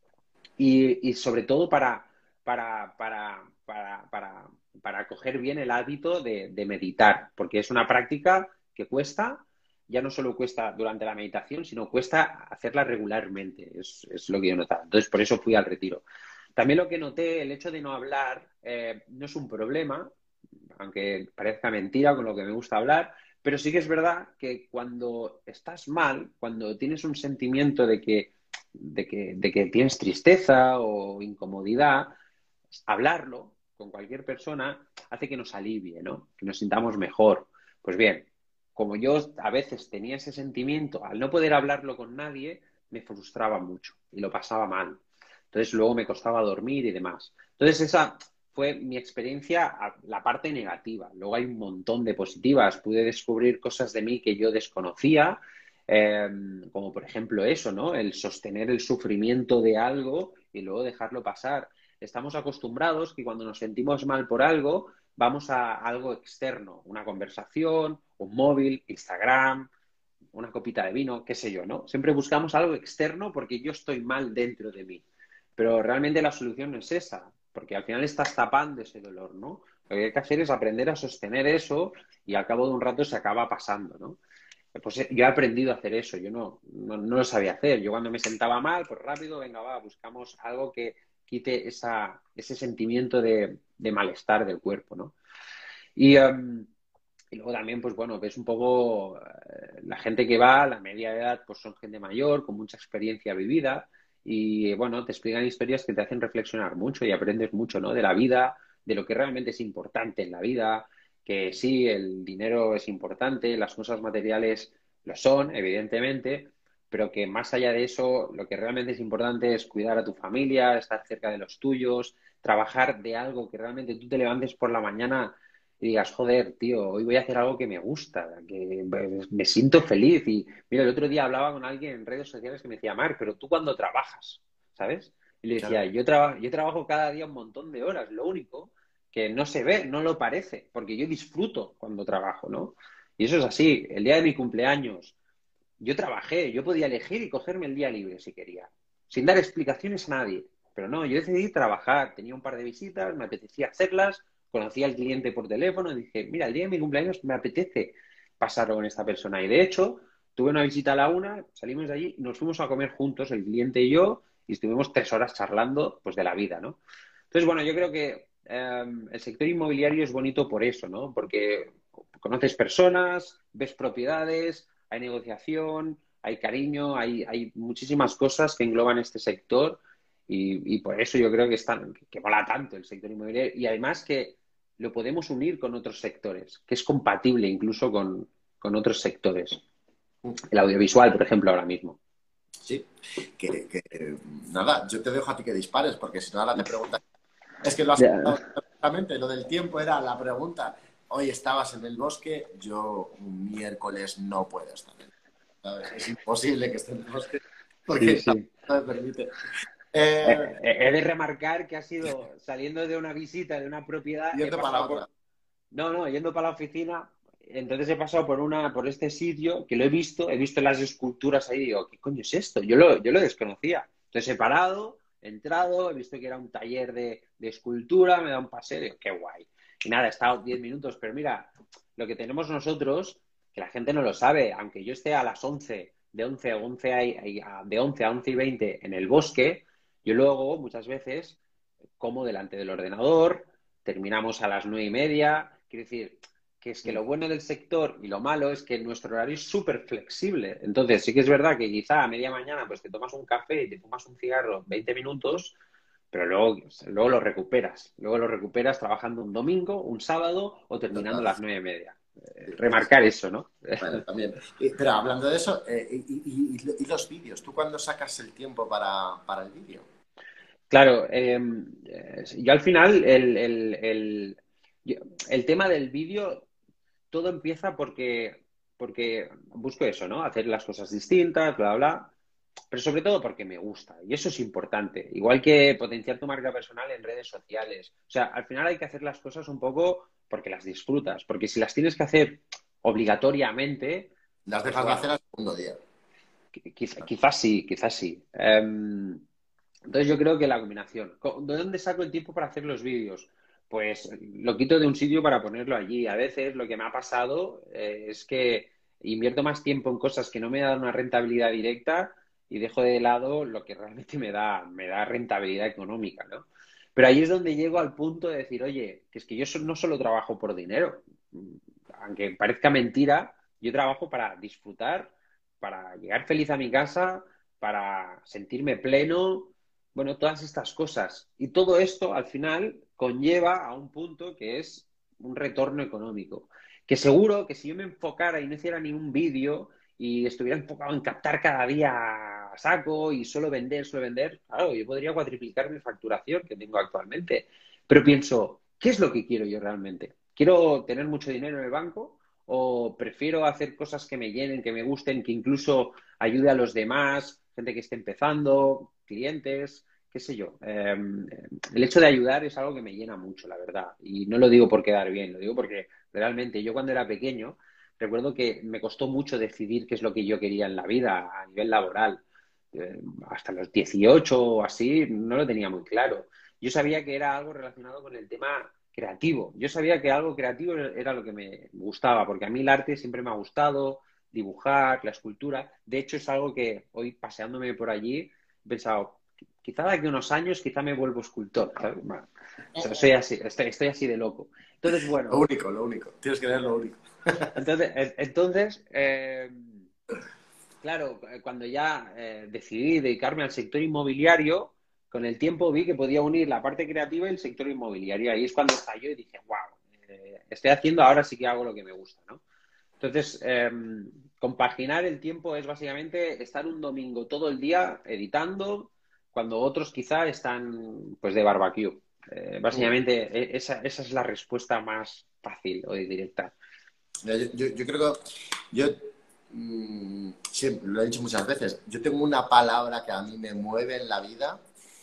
Y sobre todo para, para, para coger bien el hábito de meditar, porque es una práctica que cuesta, ya no solo cuesta durante la meditación, sino cuesta hacerla regularmente, es lo que yo notaba. Entonces, por eso fui al retiro. También lo que noté, el hecho de no hablar no es un problema, aunque parezca mentira con lo que me gusta hablar, pero sí que es verdad que cuando estás mal, cuando tienes un sentimiento de que tienes tristeza o incomodidad, hablarlo con cualquier persona hace que nos alivie, ¿no? Que nos sintamos mejor. Pues bien, como yo a veces tenía ese sentimiento, al no poder hablarlo con nadie, me frustraba mucho y lo pasaba mal. Entonces luego me costaba dormir y demás. Entonces esa fue mi experiencia, la parte negativa. Luego hay un montón de positivas. Pude descubrir cosas de mí que yo desconocía, eh, como por ejemplo eso, ¿no? El sostener el sufrimiento de algo y luego dejarlo pasar. Estamos acostumbrados que cuando nos sentimos mal por algo, vamos a algo externo, una conversación, un móvil, Instagram, una copita de vino, qué sé yo, ¿no? Siempre buscamos algo externo porque yo estoy mal dentro de mí. Pero realmente la solución no es esa, porque al final estás tapando ese dolor, ¿no? Lo que hay que hacer es aprender a sostener eso y al cabo de un rato se acaba pasando, ¿no? Pues yo he aprendido a hacer eso, yo no lo sabía hacer. Yo cuando me sentaba mal, pues rápido, venga, va, buscamos algo que quite ese sentimiento de malestar del cuerpo, ¿no? Y, y luego también, pues bueno, ves un poco la gente que va, la media edad, pues son gente mayor, con mucha experiencia vivida y bueno, te explican historias que te hacen reflexionar mucho y aprendes mucho, ¿no? De la vida, de lo que realmente es importante en la vida, que sí, el dinero es importante, las cosas materiales lo son, evidentemente, pero que más allá de eso, lo que realmente es importante es cuidar a tu familia, estar cerca de los tuyos, trabajar de algo que realmente tú te levantes por la mañana y digas, joder, tío, hoy voy a hacer algo que me gusta, que me siento feliz. Y mira, el otro día hablaba con alguien en redes sociales que me decía, Marc, pero tú cuando trabajas, ¿sabes? Y le decía, Claro. yo trabajo cada día un montón de horas, lo único que no se ve, no lo parece, porque yo disfruto cuando trabajo, ¿no? Y eso es así. El día de mi cumpleaños, yo trabajé, yo podía elegir y cogerme el día libre si quería, sin dar explicaciones a nadie. Pero no, yo decidí trabajar, tenía un par de visitas, me apetecía hacerlas, conocí al cliente por teléfono y dije, mira, el día de mi cumpleaños me apetece pasarlo con esta persona. Y de hecho, tuve una visita a la una, salimos de allí y nos fuimos a comer juntos, el cliente y yo, y estuvimos 3 horas charlando pues de la vida, ¿no? Entonces, bueno, yo creo que el sector inmobiliario es bonito por eso, ¿no? Porque conoces personas, ves propiedades, hay negociación, hay cariño, hay muchísimas cosas que engloban este sector y por eso yo creo que mola tanto el sector inmobiliario y además que lo podemos unir con otros sectores, que es compatible incluso con otros sectores. El audiovisual, por ejemplo, ahora mismo. Sí, nada, yo te dejo a ti que dispares, porque si no ahora te preguntas. Es que lo has contado perfectamente, lo del tiempo era la pregunta. Hoy estabas en el bosque, yo un miércoles no puedo estar en el bosque, ¿sabes? Es imposible que esté en el bosque Sí, porque sí. no me permite. Eh, He de remarcar que ha sido saliendo de una visita de una propiedad, he Yendo para pasado otra. por... No, no, yendo para la oficina, entonces he pasado por este sitio que lo he visto las esculturas ahí y digo, ¿qué coño es esto? Yo lo desconocía. Entonces he parado, he entrado, he visto que era un taller de escultura, me da un paseo y digo, qué guay. Y nada, he estado 10 minutos, pero mira, lo que tenemos nosotros, que la gente no lo sabe, aunque yo esté a las 11, de 11 a 11 y 20 en el bosque, yo luego muchas veces como delante del ordenador, terminamos a las 9:30. Quiero decir, que es que lo bueno del sector y lo malo es que nuestro horario es súper flexible. Entonces, sí que es verdad que quizá a media mañana pues te tomas un café y te fumas un cigarro 20 minutos, pero luego lo recuperas. Luego lo recuperas trabajando un domingo, un sábado o terminando a Total. las 9:30. Sí, sí, sí. Remarcar eso, ¿no? Bueno, también. Pero hablando de eso, y los vídeos, ¿tú cuándo sacas el tiempo para el vídeo? Claro, yo al final el tema del vídeo todo empieza porque busco eso, ¿no? Hacer las cosas distintas, bla, bla, pero sobre todo porque me gusta y eso es importante. Igual que potenciar tu marca personal en redes sociales. O sea, al final hay que hacer las cosas un poco porque las disfrutas, porque si las tienes que hacer obligatoriamente, Las pues dejas de hacer bueno, al segundo día. quizás sí, quizás sí. Entonces yo creo que la combinación. ¿De dónde saco el tiempo para hacer los vídeos? Pues lo quito de un sitio para ponerlo allí. A veces lo que me ha pasado es que invierto más tiempo en cosas que no me dan una rentabilidad directa y dejo de lado lo que realmente me da rentabilidad económica, ¿no? Pero ahí es donde llego al punto de decir, oye, que es que no solo trabajo por dinero. Aunque parezca mentira, yo trabajo para disfrutar, para llegar feliz a mi casa, para sentirme pleno, bueno, todas estas cosas. Y todo esto al final conlleva a un punto que es un retorno económico. Que seguro que si yo me enfocara y no hiciera ni un vídeo y estuviera enfocado en captar cada día a saco y solo vender, claro, yo podría cuatriplicar mi facturación que tengo actualmente. Pero pienso, ¿qué es lo que quiero yo realmente? ¿Quiero tener mucho dinero en el banco? ¿O prefiero hacer cosas que me llenen, que me gusten, que incluso ayude a los demás, gente que esté empezando, clientes, qué sé yo? El hecho de ayudar es algo que me llena mucho, la verdad. Y no lo digo por quedar bien, lo digo porque realmente yo cuando era pequeño recuerdo que me costó mucho decidir qué es lo que yo quería en la vida a nivel laboral. Hasta los 18 o así no lo tenía muy claro. Yo sabía que era algo relacionado con el tema creativo. Yo sabía que algo creativo era lo que me gustaba, porque a mí el arte siempre me ha gustado, dibujar, la escultura. De hecho, es algo que hoy paseándome por allí he pensado, quizá de aquí a unos años, quizá me vuelvo escultor, ¿sabes? Bueno, o sea, soy así, estoy así de loco. Entonces, Lo bueno, único, lo único. Tienes que ver lo único. entonces, claro, cuando ya decidí dedicarme al sector inmobiliario, con el tiempo vi que podía unir la parte creativa y el sector inmobiliario. Ahí es cuando estalló y dije, wow, estoy haciendo, ahora sí que hago lo que me gusta, ¿no? Entonces, compaginar el tiempo es básicamente estar un domingo todo el día editando, cuando otros quizá están pues de barbecue. Básicamente, esa es la respuesta más fácil o directa. Yo creo que yo siempre lo he dicho muchas veces. Yo tengo una palabra que a mí me mueve en la vida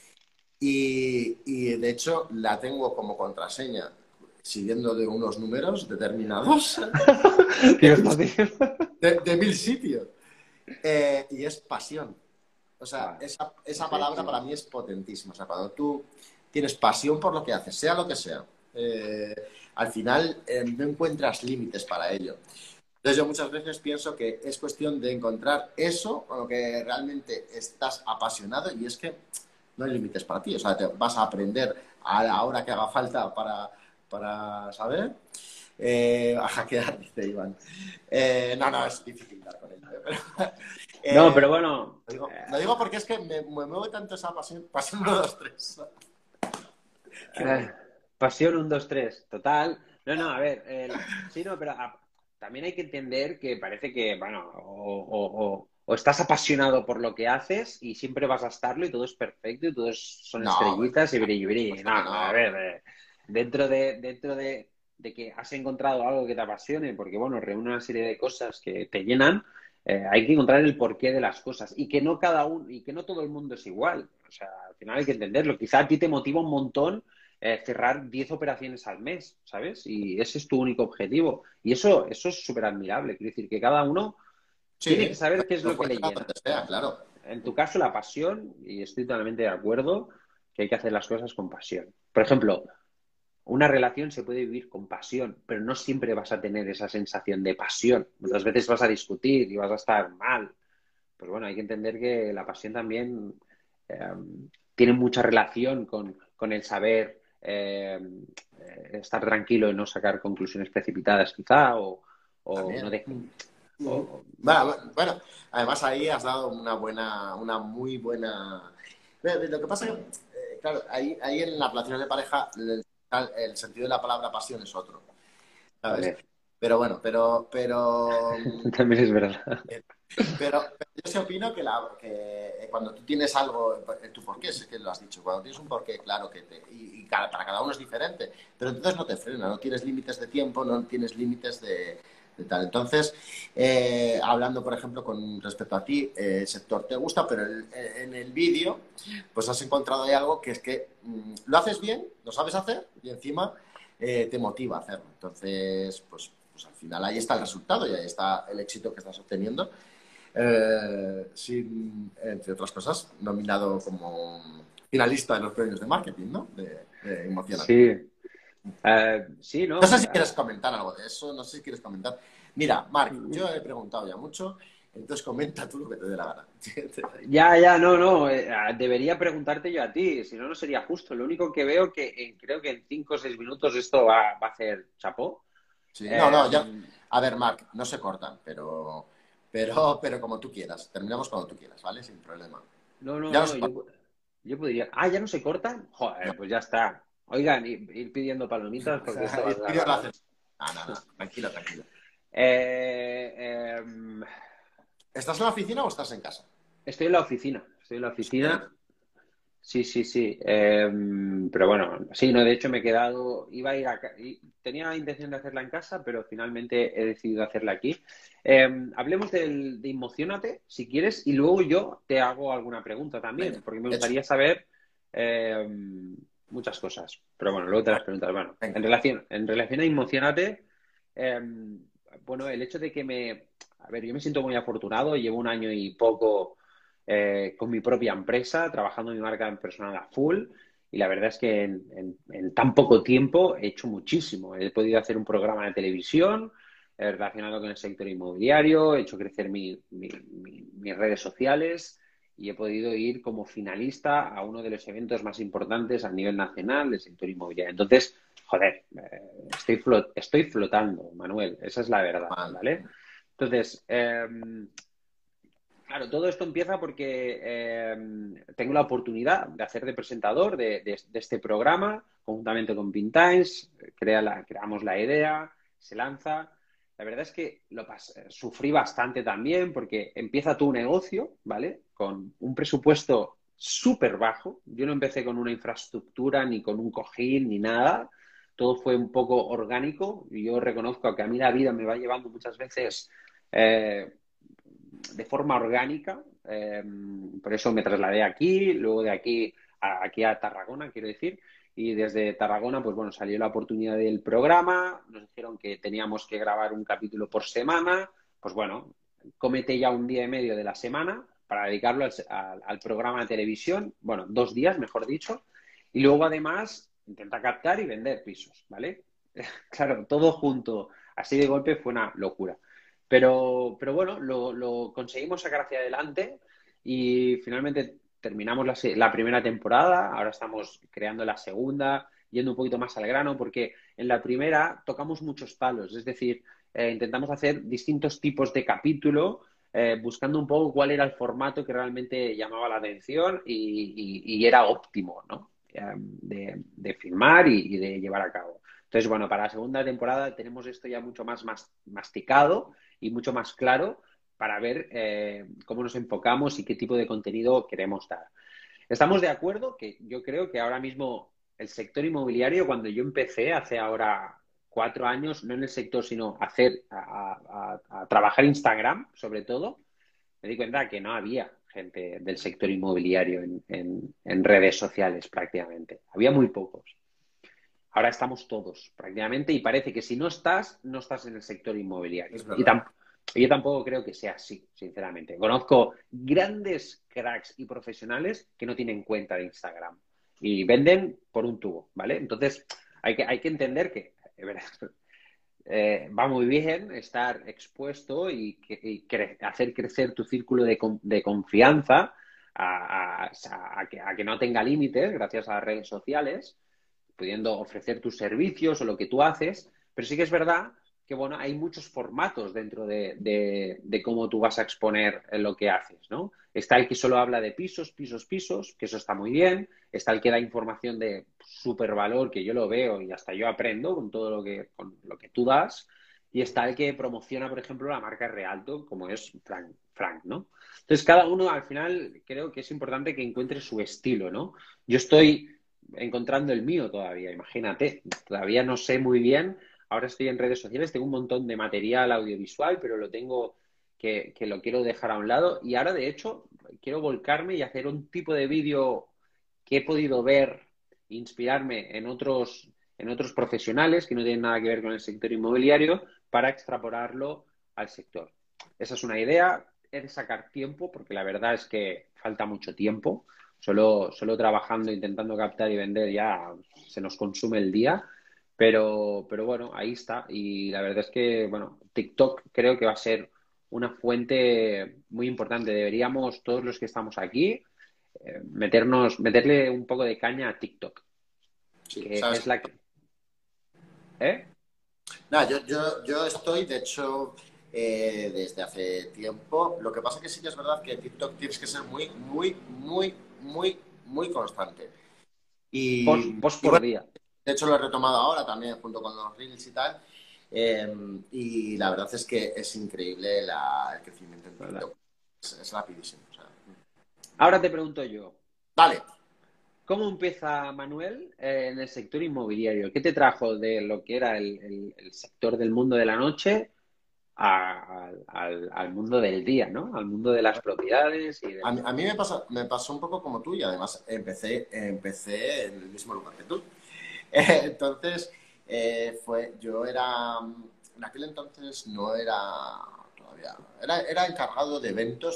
y de hecho la tengo como contraseña, siguiendo de unos números determinados ¿Qué me estás diciendo? de mil sitios. Y es pasión. O sea, Guau, esa sí, palabra sí. para mí es potentísima. O sea, cuando tú tienes pasión por lo que haces, sea lo que sea, eh, al final no encuentras límites para ello. Entonces yo muchas veces pienso que es cuestión de encontrar eso con lo que realmente estás apasionado y es que no hay límites para ti. O sea, te vas a aprender a la hora que haga falta para saber. A hackear, dice Iván. No, es difícil dar con ello. Pero, No, eh, pero bueno, lo digo porque es que me mueve tanto esa pasión, pasión 1, 2, 3. Qué eh, bonito. Pasión 1, 2, 3, total. No, no, a ver, sí, no, pero también hay que entender que parece que, bueno, o estás apasionado por lo que haces y siempre vas a estarlo y todo es perfecto y todos son No, pues, estrellitas y brilli, por brilli. supuesto No, que a no. ver, dentro de que has encontrado algo que te apasione, porque, bueno, reúne una serie de cosas que te llenan, hay que encontrar el porqué de las cosas y que no cada uno, y que no todo el mundo es igual. O sea, al final hay que entenderlo. Quizá a ti te motiva un montón cerrar 10 operaciones al mes, ¿sabes? Y ese es tu único objetivo. Y eso es súper admirable. Quiero decir que cada uno tiene que Sí, saber qué es no lo que puede le ser a llena. donde sea, claro. En tu caso, la pasión, y estoy totalmente de acuerdo que hay que hacer las cosas con pasión. Por ejemplo, una relación se puede vivir con pasión, pero no siempre vas a tener esa sensación de pasión. Muchas veces vas a discutir y vas a estar mal. Pues bueno, hay que entender que la pasión también eh, tiene mucha relación con el saber estar tranquilo y no sacar conclusiones precipitadas, quizá, o no También. de, Mm. o- Bueno, además ahí has dado una muy buena. Lo que pasa que, claro, ahí en las relaciones de pareja el sentido de la palabra pasión es otro, ¿sabes? Joder, Pero bueno, también es verdad. pero yo sí opino que cuando tú tienes algo, tu porqué, es que lo has dicho, cuando tienes un porqué, claro para cada uno es diferente, pero entonces no te frena, no tienes límites de tiempo, no tienes límites de tal. Entonces, hablando, por ejemplo, con respecto a ti, el sector te gusta, pero en el vídeo, pues has encontrado ahí algo que es que lo haces bien, lo sabes hacer y encima te motiva a hacerlo. Entonces, pues al final ahí está el resultado y ahí está el éxito que estás obteniendo. Entre otras cosas, nominado como finalista de los premios de marketing, ¿no? De Emocionate. Sí, sí, No ¿no? sé si quieres comentar algo de eso, no sé si quieres comentar. Mira, Marc, yo he preguntado ya mucho, entonces comenta tú lo que te dé la gana. Ya, ya, no, no. Debería preguntarte yo a ti, si no, no sería justo. Lo único que veo que creo que en 5 o 6 minutos esto va a hacer chapó. Sí, no, Eh, no, ya. A ver, Marc, no se cortan, pero como tú quieras. Terminamos cuando tú quieras, ¿vale? Sin problema. no, no, Ya no no, se cortan. yo podría. Ah, ¿ya no se cortan? No. Joder, pues ya está. Oigan, ir pidiendo palomitas porque esto va a Pido durar la bastante. cena. No, no, no, tranquilo, tranquilo. Eh, em, ¿Estás en la oficina o estás en casa? estoy en la oficina. Estoy en la Sí. oficina. Sí, sí, sí. Pero bueno, sí, no, de hecho me he quedado, iba a ir tenía intención de hacerla en casa, pero finalmente he decidido hacerla aquí. Hablemos de Emociónate, si quieres, y luego yo te hago alguna pregunta Venga, también, porque me hecho. gustaría saber eh, muchas cosas. Pero bueno, luego te las preguntas. Bueno, Venga. en relación a Emociónate, eh, bueno, el hecho de que a ver, yo me siento muy afortunado, llevo un año y poco con mi propia empresa, trabajando mi marca personal a full. Y la verdad es que en tan poco tiempo he hecho muchísimo. He podido hacer un programa de televisión relacionado con el sector inmobiliario, he hecho crecer mis redes sociales y he podido ir como finalista a uno de los eventos más importantes a nivel nacional del sector inmobiliario. Entonces, joder, estoy flotando, Manuel, esa es la verdad, Mal. ¿vale? Entonces, claro, todo esto empieza porque tengo la oportunidad de hacer de presentador de este programa conjuntamente con Pintimes, creamos la idea, se lanza. La verdad es que sufrí bastante también porque empieza tu negocio, ¿vale? Con un presupuesto súper bajo. Yo no empecé con una infraestructura, ni con un cojín, ni nada. Todo fue un poco orgánico y yo reconozco que a mí la vida me va llevando muchas veces eh, de forma orgánica. Por eso me trasladé aquí, luego de aquí a Tarragona, quiero decir. Y desde Tarragona, pues bueno, salió la oportunidad del programa, nos dijeron que teníamos que grabar un capítulo por semana, pues bueno, comete ya un día y medio de la semana para dedicarlo al programa de televisión, bueno, 2 días, mejor dicho, y luego además intenta captar y vender pisos, ¿vale? Claro, todo junto, así de golpe fue una locura. Pero bueno, lo conseguimos sacar hacia adelante y finalmente terminamos la primera temporada. Ahora estamos creando la segunda, yendo un poquito más al grano, porque en la primera tocamos muchos palos, es decir, intentamos hacer distintos tipos de capítulo, buscando un poco cuál era el formato que realmente llamaba la atención y era óptimo, ¿no? de filmar y de llevar a cabo. Entonces, bueno, para la segunda temporada tenemos esto ya mucho más masticado y mucho más claro para ver cómo nos enfocamos y qué tipo de contenido queremos dar. Estamos de acuerdo que yo creo que ahora mismo el sector inmobiliario, cuando yo empecé hace ahora 4 años, no en el sector, sino a trabajar Instagram, sobre todo, me di cuenta que no había gente del sector inmobiliario en redes sociales prácticamente. Había muy pocos. Ahora estamos todos prácticamente y parece que si no estás, no estás en el sector inmobiliario. Es verdad. Yo tampoco creo que sea así, sinceramente. Conozco grandes cracks y profesionales que no tienen cuenta de Instagram y venden por un tubo, ¿vale? Entonces, hay que entender que va muy bien estar expuesto y hacer crecer tu círculo de confianza a que no tenga límites gracias a las redes sociales, pudiendo ofrecer tus servicios o lo que tú haces, pero sí que es verdad que, bueno, hay muchos formatos dentro de cómo tú vas a exponer lo que haces, ¿no? Está el que solo habla de pisos, pisos, pisos, que eso está muy bien. Está el que da información de súper valor, que yo lo veo y hasta yo aprendo con lo que tú das. Y está el que promociona, por ejemplo, la marca Realto, como es Frank, ¿no? Entonces, cada uno, al final, creo que es importante que encuentre su estilo, ¿no? Yo estoy encontrando el mío todavía, imagínate. Todavía no sé muy bien. Ahora estoy en redes sociales, tengo un montón de material audiovisual, pero lo tengo que lo quiero dejar a un lado. Y ahora, de hecho, quiero volcarme y hacer un tipo de vídeo que he podido ver, inspirarme en otros profesionales que no tienen nada que ver con el sector inmobiliario para extrapolarlo al sector. Esa es una idea, es sacar tiempo, porque la verdad es que falta mucho tiempo. Solo trabajando, intentando captar y vender ya se nos consume el día. Pero bueno, ahí está. Y la verdad es que, bueno, TikTok creo que va a ser una fuente muy importante. Deberíamos, todos los que estamos aquí, meterle un poco de caña a TikTok, Sí, que ¿sabes? es la que... ¿Eh? Nada, yo estoy, de hecho, desde hace tiempo. Lo que pasa que sí que es verdad que TikTok tienes que ser muy, muy, muy, muy, muy constante. Post Y por bueno, día. de hecho lo he retomado ahora también junto con los Reels y tal. Eh, y la verdad es que es increíble el crecimiento en ¿Verdad? TikTok. Es rapidísimo. O sea. Ahora te pregunto yo, Vale. ¿cómo empieza Manuel en el sector inmobiliario? ¿Qué te trajo de lo que era el sector del mundo de la noche al mundo del día, ¿no? Al mundo de las propiedades y A demás. mí, me pasó un poco como tú y además empecé en el mismo lugar que tú. Entonces, yo era, en aquel entonces no era todavía, era encargado de eventos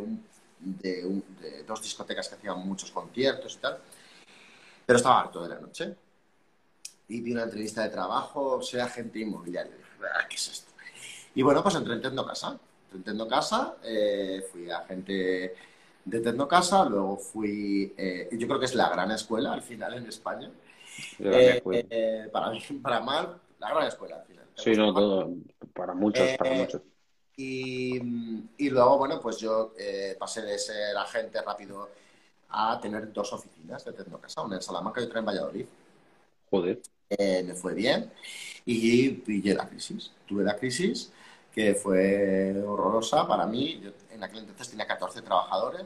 de dos discotecas que hacían muchos conciertos y tal, pero estaba harto de la noche. Y vi una entrevista de trabajo, o sea, agente inmobiliario. Y dije, "Ah, ¿qué es esto?". Y bueno, pues entré en Tecnocasa. Entré en Tecnocasa, fui agente de Tecnocasa, luego yo creo que es la gran escuela al final en España. Yo también fui. Para mí, para mal, la gran escuela al final. Te Sí, gusta no, más. todo, para muchos, para Eh, muchos. y luego, bueno, pues yo pasé de ser agente rápido a tener dos oficinas de Tecnocasa, una en Salamanca y otra en Valladolid. Joder. Me fue bien y pillé la crisis. Tuve la crisis que fue horrorosa para mí. Yo en aquel entonces tenía 14 trabajadores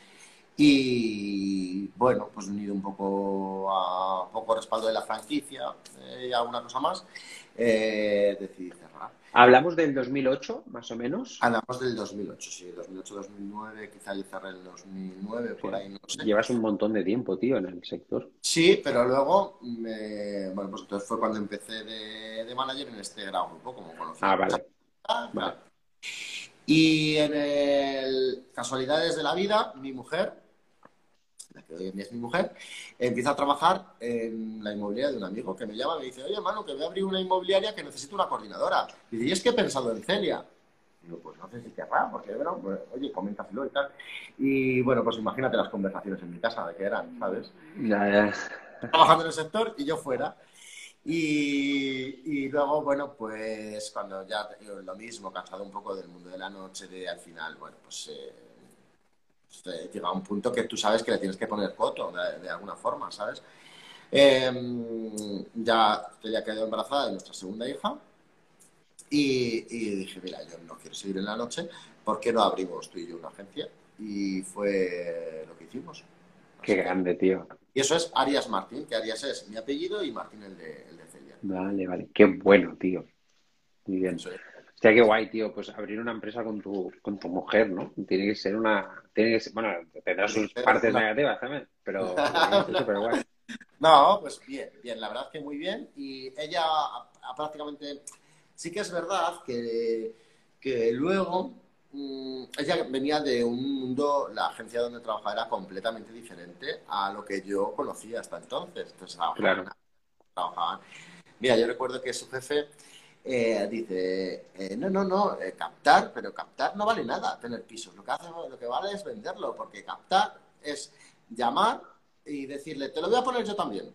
y bueno, pues unido un poco a poco respaldo de la franquicia y alguna cosa más, decidí cerrar. Hablamos del 2008, más o menos. Hablamos del 2008, sí, 2008-2009, quizá yo cerré en el 2009, por Hostia, ahí, no sé. llevas un montón de tiempo, tío, en el sector. Sí, pero luego, bueno, pues entonces fue cuando empecé de manager en este gran grupo, como conocía Ah, mucha vale, gente, vale. tal. Y en el casualidades de la vida, mi mujer, la que hoy en día es mi mujer, empieza a trabajar en la inmobiliaria de un amigo que me llama y me dice, oye, Manu, que voy a abrir una inmobiliaria que necesito una coordinadora. Y dice, y es que he pensado en Celia. Digo, pues no sé si querrá, porque, bueno, pues, oye, coméntaselo y tal. Y bueno, pues imagínate las conversaciones en mi casa de qué eran, ¿sabes? Ya, ya. Trabajando en el sector y yo fuera. Y luego, bueno, pues cuando ya lo mismo, cansado un poco del mundo de la noche, al final, bueno, pues llega un punto que tú sabes que le tienes que poner coto de alguna forma, ¿sabes? Ya ella quedó embarazada de nuestra segunda hija y dije, mira, yo no quiero seguir en la noche, ¿por qué no abrimos tú y yo una agencia? Y fue lo que hicimos. Qué Así que, grande, tío. y eso es Arias Martín, que Arias es mi apellido y Martín el de Celia. Vale, vale. Qué bueno, tío. Muy bien. Eso es. Hostia, qué guay, tío. Pues abrir una empresa con tu mujer, ¿no? Tiene que ser tiene que ser, bueno, tendrá Tiene sus que ser partes una... negativas también, pero tiene que ser súper guay. No, pues bien, bien, la verdad que muy bien. Y ella prácticamente, sí que es verdad que luego ella venía de un mundo, la agencia donde trabajaba era completamente diferente a lo que yo conocía hasta entonces. Entonces Claro. trabajaban. Mira, yo recuerdo que su jefe dice, no, no, no, captar, pero captar no vale nada, tener pisos. Lo que vale es venderlo, porque captar es llamar y decirle, te lo voy a poner yo también.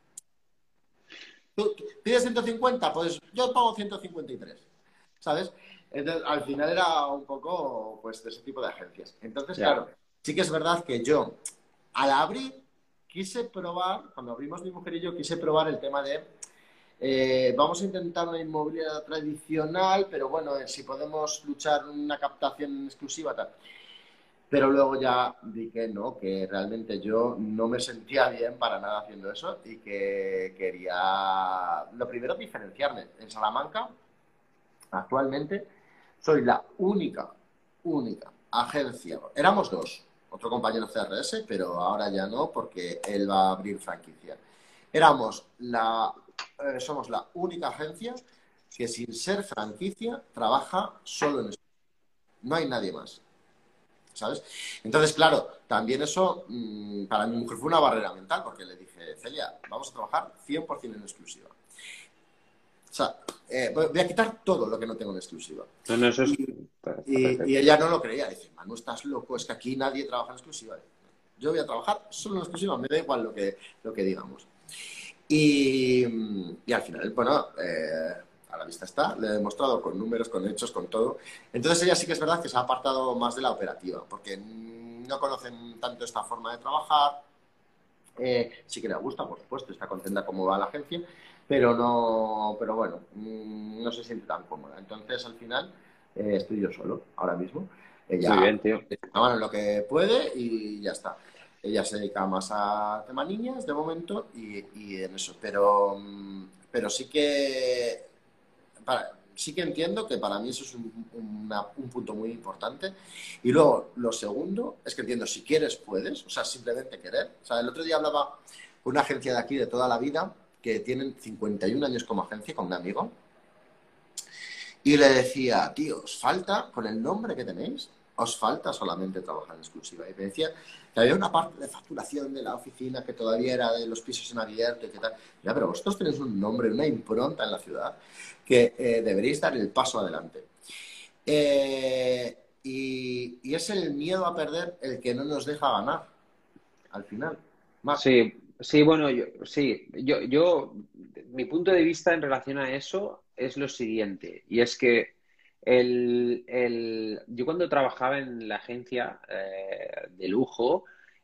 ¿Tú pides 150? Pues yo pago 153, ¿sabes? Entonces, al final era un poco, pues, de ese tipo de agencias. Entonces, Ya. claro, sí que es verdad que yo, al abrir, quise probar, cuando abrimos mi mujer y yo, quise probar el tema de, vamos a intentar una inmobiliaria tradicional, pero bueno, si podemos luchar una captación exclusiva, tal. Pero luego ya vi que no, que realmente yo no me sentía bien para nada haciendo eso y que quería, lo primero, diferenciarme. En Salamanca, actualmente, soy la única agencia. Éramos dos, otro compañero CRS, pero ahora ya no, porque él va a abrir franquicia. Somos la única agencia que sin ser franquicia trabaja solo en eso. No hay nadie más. ¿Sabes? Entonces, claro, también eso para mi mujer fue una barrera mental, porque le dije, Celia, vamos a trabajar 100% en exclusiva. O sea, voy a quitar todo lo que no tengo en exclusiva. No, no, eso Y, está y perfecto. ella no lo creía, dice, Manu, estás loco, es que aquí nadie trabaja en exclusiva. Yo voy a trabajar solo en exclusiva, me da igual lo que digamos. Y al final, bueno, a la vista está, le he demostrado con números, con hechos, con todo. Entonces ella sí que es verdad que se ha apartado más de la operativa, porque no conocen tanto esta forma de trabajar. Sí que le gusta, por supuesto, está contenta cómo va la agencia, pero no, pero bueno, no se siente tan cómoda. Entonces al final estoy yo solo, ahora mismo. Muy Ella bien, tío. a mano en lo que puede y ya está. Ella se dedica más a tema niñas de momento y en eso. Pero sí que entiendo que para mí eso es un punto muy importante. Y luego, lo segundo es que entiendo, si quieres, puedes. O sea, simplemente querer. O sea, el otro día hablaba con una agencia de aquí de toda la vida que tienen 51 años como agencia, con un amigo. Y le decía, tío, os falta, con el nombre que tenéis, os falta solamente trabajar en exclusiva. Y me decía que había una parte de facturación de la oficina que todavía era de los pisos en abierto y qué tal. Ya, pero vosotros tenéis un nombre, una impronta en la ciudad que deberéis dar el paso adelante. Y es el miedo a perder el que no nos deja ganar al final. Más. Sí, sí, bueno, mi punto de vista en relación a eso es lo siguiente, y es que yo cuando trabajaba en la agencia de lujo,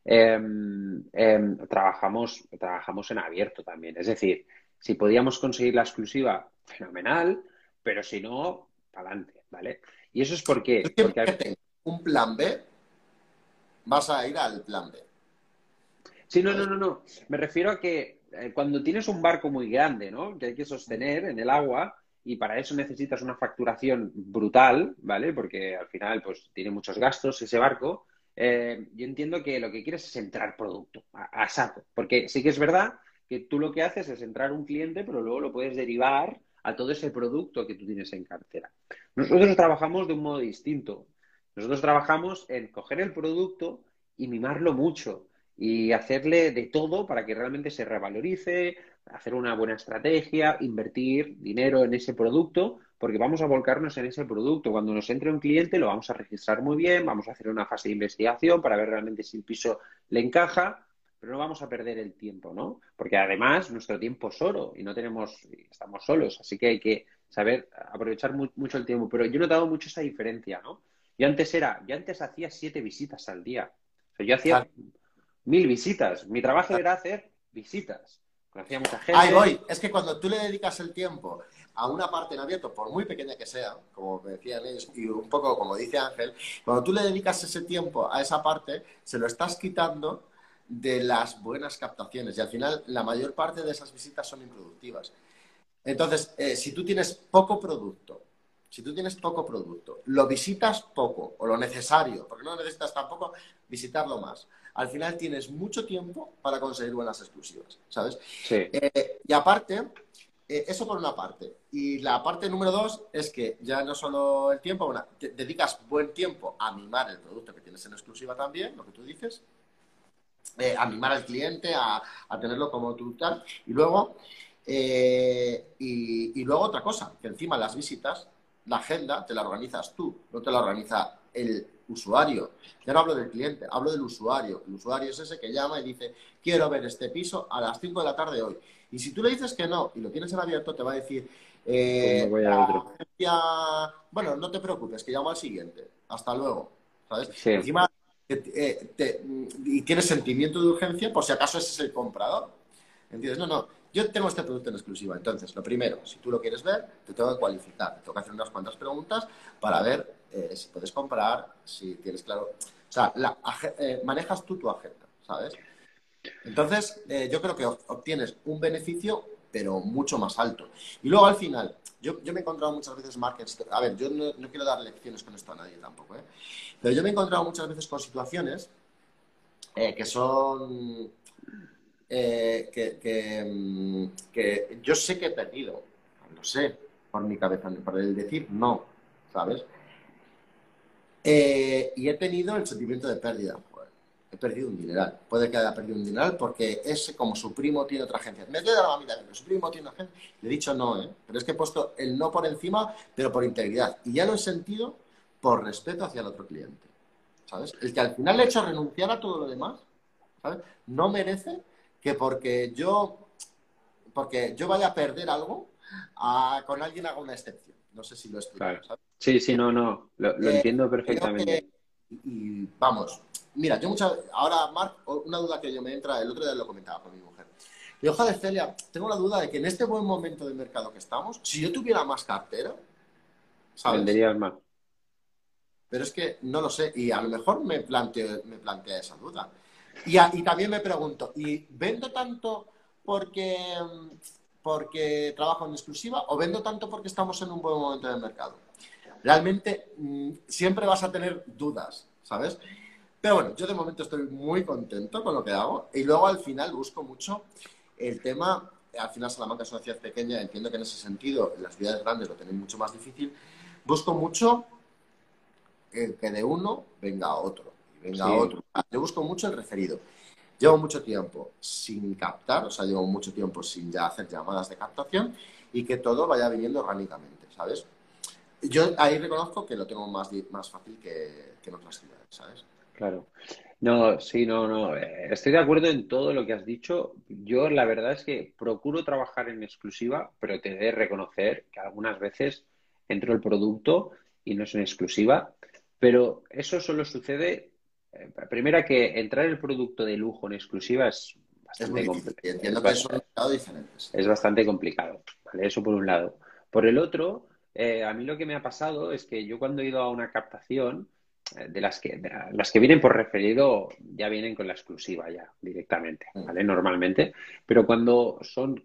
trabajamos en abierto también. Es decir, si podíamos conseguir la exclusiva, fenomenal, pero si no, para adelante, ¿vale? Y eso es por Tú qué, siempre porque que tengas un plan B, vas a ir al plan B. sí, no, no, ¿Sabes? no, no. Me refiero a que cuando tienes un barco muy grande, ¿no? Que hay que sostener en el agua y para eso necesitas una facturación brutal, ¿vale? Porque al final, pues, tiene muchos gastos ese barco. Yo entiendo que lo que quieres es entrar producto a saco. Porque sí que es verdad que tú lo que haces es entrar un cliente, pero luego lo puedes derivar a todo ese producto que tú tienes en cartera. Nosotros trabajamos de un modo distinto. Nosotros trabajamos en coger el producto y mimarlo mucho y hacerle de todo para que realmente se revalorice, hacer una buena estrategia, invertir dinero en ese producto, porque vamos a volcarnos en ese producto. Cuando nos entre un cliente lo vamos a registrar muy bien, vamos a hacer una fase de investigación para ver realmente si el piso le encaja, pero no vamos a perder el tiempo, ¿no? Porque además nuestro tiempo es oro y estamos solos, así que hay que saber aprovechar mucho el tiempo. Pero yo he notado mucho esa diferencia, ¿no? Yo antes hacía 7 visitas al día. O sea, yo hacía Claro. 1000 visitas. Mi trabajo era hacer visitas. Conocía mucha Ahí gente. voy. Es que cuando tú le dedicas el tiempo a una parte en abierto, por muy pequeña que sea, como me decían ellos, y un poco como dice Ángel, cuando tú le dedicas ese tiempo a esa parte, se lo estás quitando de las buenas captaciones. Y al final, la mayor parte de esas visitas son improductivas. Entonces, si tú tienes poco producto, si tú tienes poco producto, lo visitas poco o lo necesario, porque no necesitas tampoco visitarlo más. Al final tienes mucho tiempo para conseguir buenas exclusivas, ¿sabes? Sí, Y aparte, eso por una parte. Y la parte número dos es que ya no solo el tiempo, bueno, te dedicas buen tiempo a mimar el producto que tienes en exclusiva también, lo que tú dices, a mimar al cliente, a tenerlo como tú tal. Y luego, y luego otra cosa, que encima las visitas, la agenda te la organizas tú, no te la organiza el usuario. Ya no hablo del cliente, hablo del usuario. El usuario es ese que llama y dice, quiero ver este piso a las 5 de la tarde hoy. Y si tú le dices que no y lo tienes en abierto, te va a decir, pues me voy al la otro. agencia, bueno, no te preocupes, que llamo al siguiente. Hasta luego. ¿Sabes? Sí, Encima, y tienes sentimiento de urgencia por si acaso ese es el comprador. ¿Entiendes? No, no. Yo tengo este producto en exclusiva. Entonces, lo primero, si tú lo quieres ver, te tengo que cualificar. Te tengo que hacer unas cuantas preguntas para ver si puedes comprar, si tienes claro. O sea, manejas tú tu agenda, ¿sabes? Entonces, yo creo que obtienes un beneficio, pero mucho más alto. Y luego al final, yo me he encontrado muchas veces markets. A ver, yo no quiero dar lecciones con esto a nadie tampoco, ¿eh? Pero yo me he encontrado muchas veces con situaciones que son que yo sé que he perdido, lo sé, por mi cabeza, por el decir no, ¿sabes? Y he tenido el sentimiento de pérdida. Joder, he perdido un dineral. Puede que haya perdido un dineral porque ese, como su primo tiene otra agencia. Me queda la mamita, pero su primo tiene una agencia. Le he dicho no, ¿eh? Pero es que he puesto el no por encima, pero por integridad. Y ya lo he sentido por respeto hacia el otro cliente. ¿Sabes? El que al final le he hecho renunciar a todo lo demás, ¿sabes? No merece que porque yo vaya a perder algo, con alguien haga una excepción. No sé si lo he explicado, claro. ¿sabes? Sí, sí, no, no. Lo entiendo Creo perfectamente. que, y vamos, mira, ahora, Marc, una duda que yo me entra, el otro día lo comentaba con mi mujer. Le digo, joder, Celia, tengo la duda de que en este buen momento del mercado que estamos, si yo tuviera más cartera, ¿sabes? Venderías más. Pero es que no lo sé, y a lo mejor me plantea esa duda. Y también me pregunto, ¿y vendo tanto porque, porque trabajo en exclusiva o vendo tanto porque estamos en un buen momento del mercado? Realmente siempre vas a tener dudas, ¿sabes? Pero bueno, yo de momento estoy muy contento con lo que hago y luego al final busco mucho el tema, al final Salamanca es una ciudad pequeña, entiendo que en ese sentido las ciudades grandes lo tienen mucho más difícil, busco mucho el que de uno venga otro, y venga Sí. otro. Yo busco mucho el referido. Llevo mucho tiempo sin captar, o sea, llevo mucho tiempo sin ya hacer llamadas de captación y que todo vaya viniendo orgánicamente, ¿sabes? Yo ahí reconozco que lo tengo más fácil que en otras ciudades, ¿sabes? Claro. No, sí, no, no. Estoy de acuerdo en todo lo que has dicho. Yo la verdad es que procuro trabajar en exclusiva, pero te he de reconocer que algunas veces entro el producto y no es en exclusiva. Pero eso solo sucede, primera que entrar el producto de lujo en exclusiva es Es muy bastante difícil. Y es, entiendo que es un mercado diferente, sí. es bastante complicado, ¿vale? Eso por un lado. Por el otro, a mí lo que me ha pasado es que yo cuando he ido a una captación, las que vienen por referido ya vienen con la exclusiva ya directamente, Mm. ¿vale? Normalmente. Pero cuando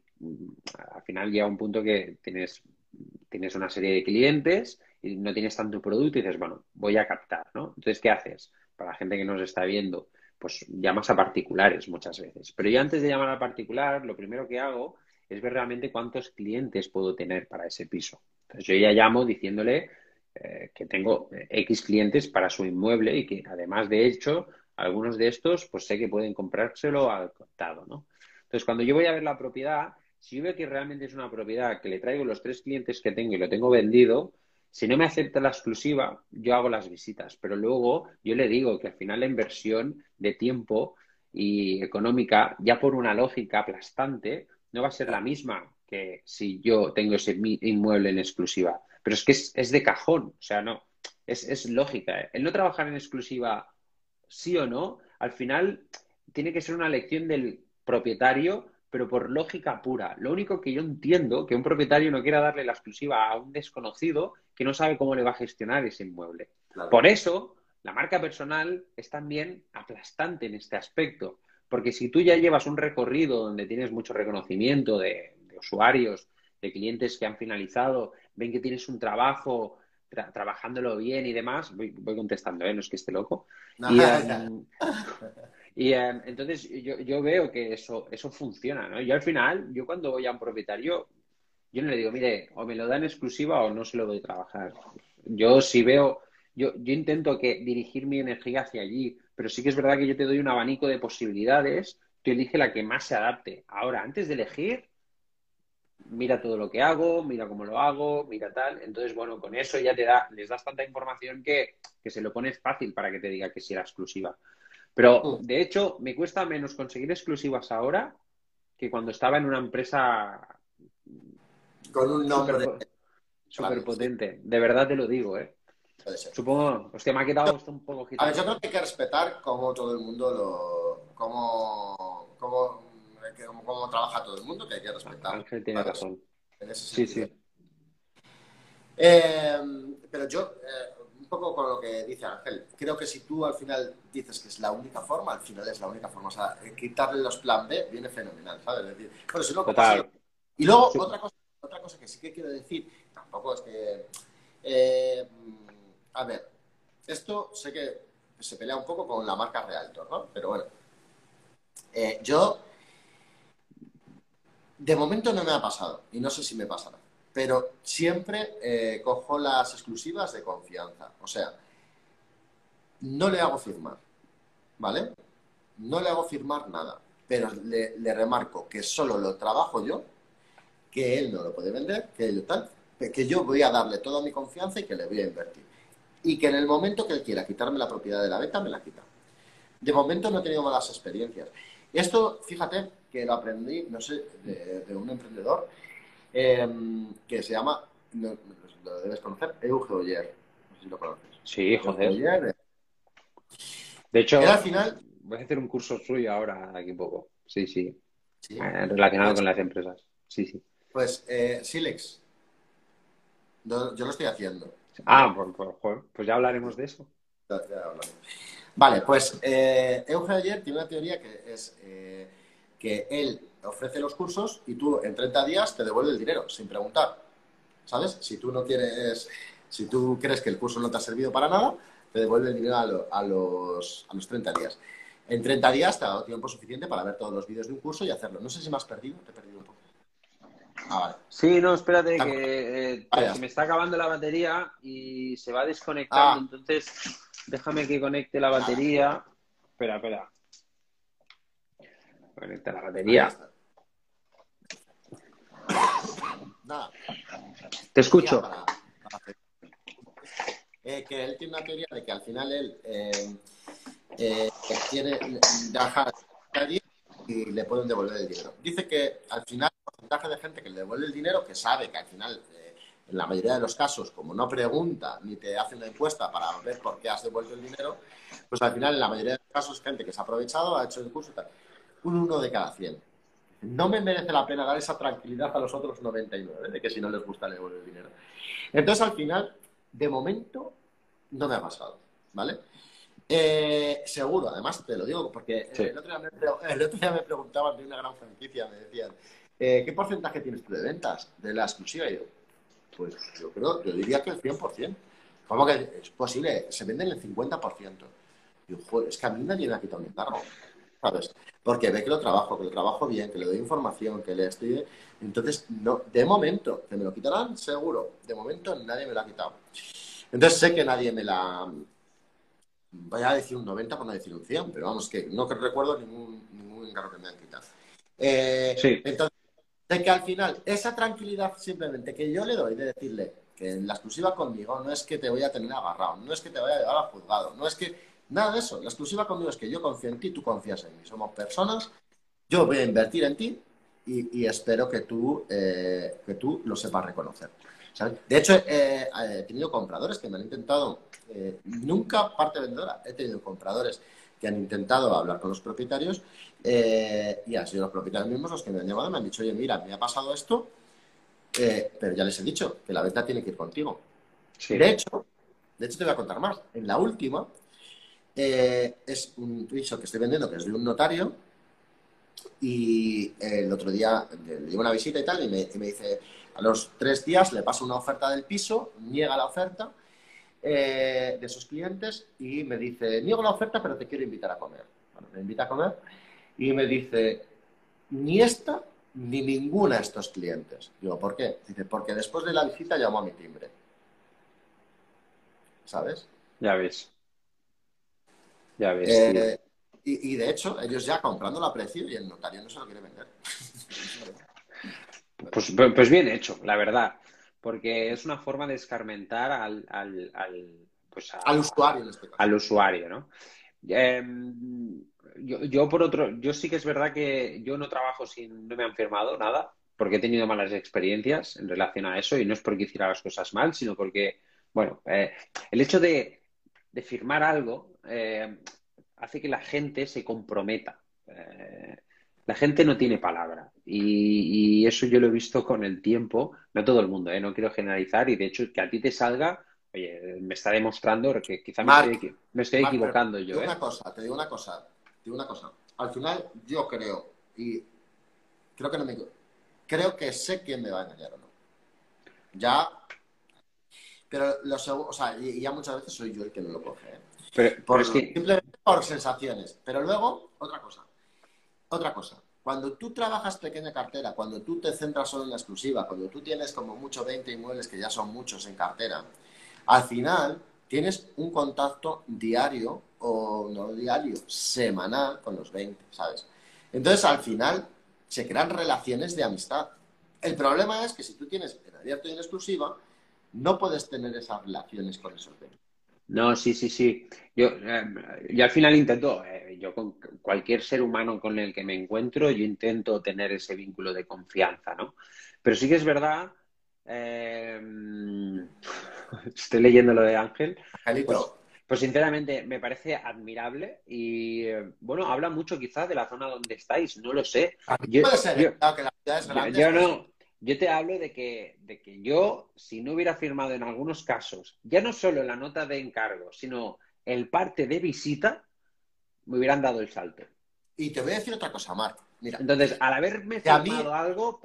al final llega un punto que tienes una serie de clientes y no tienes tanto producto y dices, bueno, voy a captar, ¿no? Entonces, ¿qué haces? Para la gente que nos está viendo, pues llamas a particulares muchas veces. Pero yo antes de llamar a particular, lo primero que hago es ver realmente cuántos clientes puedo tener para ese piso. Entonces yo ya llamo diciéndole que tengo X clientes para su inmueble y que además de hecho algunos de estos pues sé que pueden comprárselo al contado, ¿no? Entonces cuando yo voy a ver la propiedad, si yo veo que realmente es una propiedad que le traigo los 3 clientes que tengo y lo tengo vendido, si no me acepta la exclusiva, yo hago las visitas, pero luego yo le digo que al final la inversión de tiempo y económica, ya por una lógica aplastante, no va a ser la misma que si yo tengo ese inmueble en exclusiva. Pero es que es de cajón, o sea, no, es lógica. ¿Eh? El no trabajar en exclusiva, sí o no, al final tiene que ser una elección del propietario, pero por lógica pura. Lo único que yo entiendo que un propietario no quiera darle la exclusiva a un desconocido que no sabe cómo le va a gestionar ese inmueble. Claro. Por eso, la marca personal es también aplastante en este aspecto, porque si tú ya llevas un recorrido donde tienes mucho reconocimiento de usuarios, de clientes que han finalizado, ven que tienes un trabajo, trabajándolo bien y demás, voy contestando, no es que esté loco, y, entonces yo veo que eso funciona, ¿no? Yo al final, yo cuando voy a un propietario, yo no le digo, mire, o me lo da en exclusiva o no se lo doy a trabajar. Yo si veo, yo intento dirigir mi energía hacia allí, pero sí que es verdad que yo te doy un abanico de posibilidades, tú elige la que más se adapte. Ahora, antes de elegir, mira todo lo que hago, mira cómo lo hago, mira tal. Entonces, bueno, con eso ya les das tanta información que se lo pones fácil para que te diga que sí era exclusiva. Pero, de hecho, me cuesta menos conseguir exclusivas ahora que cuando estaba en una empresa con un nombre súper potente. De verdad te lo digo, ¿eh? Puede ser. Supongo, hostia, me ha quedado esto un poco A agitado. ver, yo creo que hay que respetar cómo todo el mundo cómo trabaja todo el mundo, que hay que respetar. Ángel tiene ¿Sabes? razón. En ese Sí, sentido. sí. Pero yo, un poco con lo que dice Ángel, creo que si tú al final dices que es la única forma, al final es la única forma. O sea, quitarle los plan B viene fenomenal, ¿sabes? Es decir, bueno, si no, Total. y luego, Sí. otra cosa que sí que quiero decir, tampoco es que... a ver, esto sé que se pelea un poco con la marca Realtor, ¿no? Pero bueno, yo, de momento no me ha pasado, y no sé si me pasará, pero siempre cojo las exclusivas de confianza. O sea, no le hago firmar, ¿vale? No le hago firmar nada, pero le remarco que solo lo trabajo yo, que él no lo puede vender, que él tal, que yo voy a darle toda mi confianza y que le voy a invertir. Y que en el momento que él quiera quitarme la propiedad de la venta, me la quita. De momento no he tenido malas experiencias. Esto, fíjate, que lo aprendí, no sé, de un emprendedor que se llama, no, lo debes conocer, Euge Oyer. No sé si lo conoces. Sí, Euge joder. Oyer. De Él al hecho, final... voy a hacer un curso suyo ahora, aquí poco. Sí, sí. Sí, Relacionado pues, con las empresas. Sí, sí. Silex, yo lo estoy haciendo, ¿vale? Pues ya hablaremos de eso. Ya hablaré. Vale, pues Euge Ayer tiene una teoría que es que él ofrece los cursos y tú en 30 días te devuelve el dinero sin preguntar, ¿sabes? Si tú no quieres, si tú crees que el curso no te ha servido para nada, te devuelve el dinero a los 30 días. En 30 días te ha dado tiempo suficiente para ver todos los vídeos de un curso y hacerlo. No sé si me has perdido, te he perdido un poco. Ah, vale. Sí, no, espérate, Ah, que vale. se me está acabando la batería y se va desconectando. Ah, Entonces, déjame que conecte la batería. Espera. Conecta la ahí batería. está. Nada, Te decía escucho. para hacer que él tiene una teoría de que al final él quiere dejar allí y le pueden devolver el dinero. Dice que al final el porcentaje de gente que le devuelve el dinero, que sabe que al final, en la mayoría de los casos, como no pregunta ni te hace una encuesta para ver por qué has devuelto el dinero, pues al final en la mayoría de los casos gente que se ha aprovechado, ha hecho el curso y tal. Un 1 de cada 100. No me merece la pena dar esa tranquilidad a los otros 99, de que si no les gusta le devuelve el dinero. Entonces al final, de momento, no me ha pasado, ¿vale? Seguro, además te lo digo, porque Sí. el otro día me preguntaban de una gran franquicia, me decían, ¿qué porcentaje tienes tú de ventas de la exclusiva? Y yo, pues yo diría que el 100%. ¿Cómo que es posible? Se venden el 50%. Y yo, joder, es que a mí nadie me ha quitado mi cargo, ¿sabes? Porque ve que lo trabajo bien, que le doy información, que le estoy... Entonces, no, de momento, que me lo quitarán, seguro. De momento nadie me lo ha quitado. Entonces sé que nadie me la... Voy a decir un 90 por no decir un 100, pero vamos, que no recuerdo ningún encargo que me han quitado. Sí. Entonces, de que al final, esa tranquilidad simplemente que yo le doy de decirle que en la exclusiva conmigo no es que te voy a tener agarrado, no es que te vaya a llevar al juzgado, no es que nada de eso. La exclusiva conmigo es que yo confío en ti, tú confías en mí. Somos personas, yo voy a invertir en ti y espero que tú lo sepas reconocer. ¿Sabes? De hecho, he tenido compradores que me han intentado, nunca parte vendedora, he tenido compradores que han intentado hablar con los propietarios y han sido los propietarios mismos los que me han llamado y me han dicho, oye, mira, me ha pasado esto, pero ya les he dicho que la venta tiene que ir contigo. Sí. De hecho te voy a contar más. En la última es un piso que estoy vendiendo que es de un notario y el otro día le llevo una visita y tal y me dice, a los 3 días le paso una oferta del piso, niega la oferta de sus clientes y me dice, niego la oferta pero te quiero invitar a comer. Bueno, me invita a comer y me dice, ni esta ni ninguna de estos clientes. Digo, ¿por qué? Dice, porque después de la visita llamó a mi timbre. ¿Sabes? Ya ves. Ya ves, tío. Y de hecho, ellos ya comprando a precio y el notario no se lo quiere vender. Pues bien hecho, la verdad. Porque es una forma de escarmentar pues Al usuario en este caso. al usuario, ¿no? Yo sí que es verdad que yo no trabajo no me han firmado nada, porque he tenido malas experiencias en relación a eso, y no es porque hiciera las cosas mal, sino porque, bueno, el hecho de firmar algo hace que la gente se comprometa. La gente no tiene palabra y eso yo lo he visto con el tiempo, no todo el mundo, no quiero generalizar, y de hecho que a ti te salga, oye, me está demostrando que quizá Marc, me estoy pero equivocando te yo, digo ¿eh? una cosa, te digo una cosa, te digo una cosa. Al final, yo creo, y creo que no me creo que sé quién me va a engañar o no. Ya, pero o sea, y ya muchas veces soy yo el que no lo coge, ¿eh? Pero es que, Simplemente por sensaciones. Pero luego, otra cosa. Otra cosa. Cuando tú trabajas pequeña cartera, cuando tú te centras solo en la exclusiva, cuando tú tienes como mucho 20 inmuebles, que ya son muchos en cartera, al final tienes un contacto diario, o no diario, semanal con los 20, ¿sabes? Entonces, al final, se crean relaciones de amistad. El problema es que si tú tienes en abierto y en exclusiva, no puedes tener esas relaciones con esos 20. no, sí, sí, sí. Yo al final intento, yo con cualquier ser humano con el que me encuentro, yo intento tener ese vínculo de confianza, ¿no? Pero sí que es verdad, eh, estoy leyendo lo de Ángel, Angelito, pues, pues sinceramente me parece admirable y, bueno, habla mucho quizás de la zona donde estáis, no lo sé. también Yo, puede ser, yo, claro, que las ciudades grandes, yo pues no, yo te hablo de que yo, si no hubiera firmado en algunos casos, ya no solo la nota de encargo, sino el parte de visita, me hubieran dado el salto. y te voy a decir otra cosa, Marc. Mira, Entonces, al haberme que a mí, firmado algo,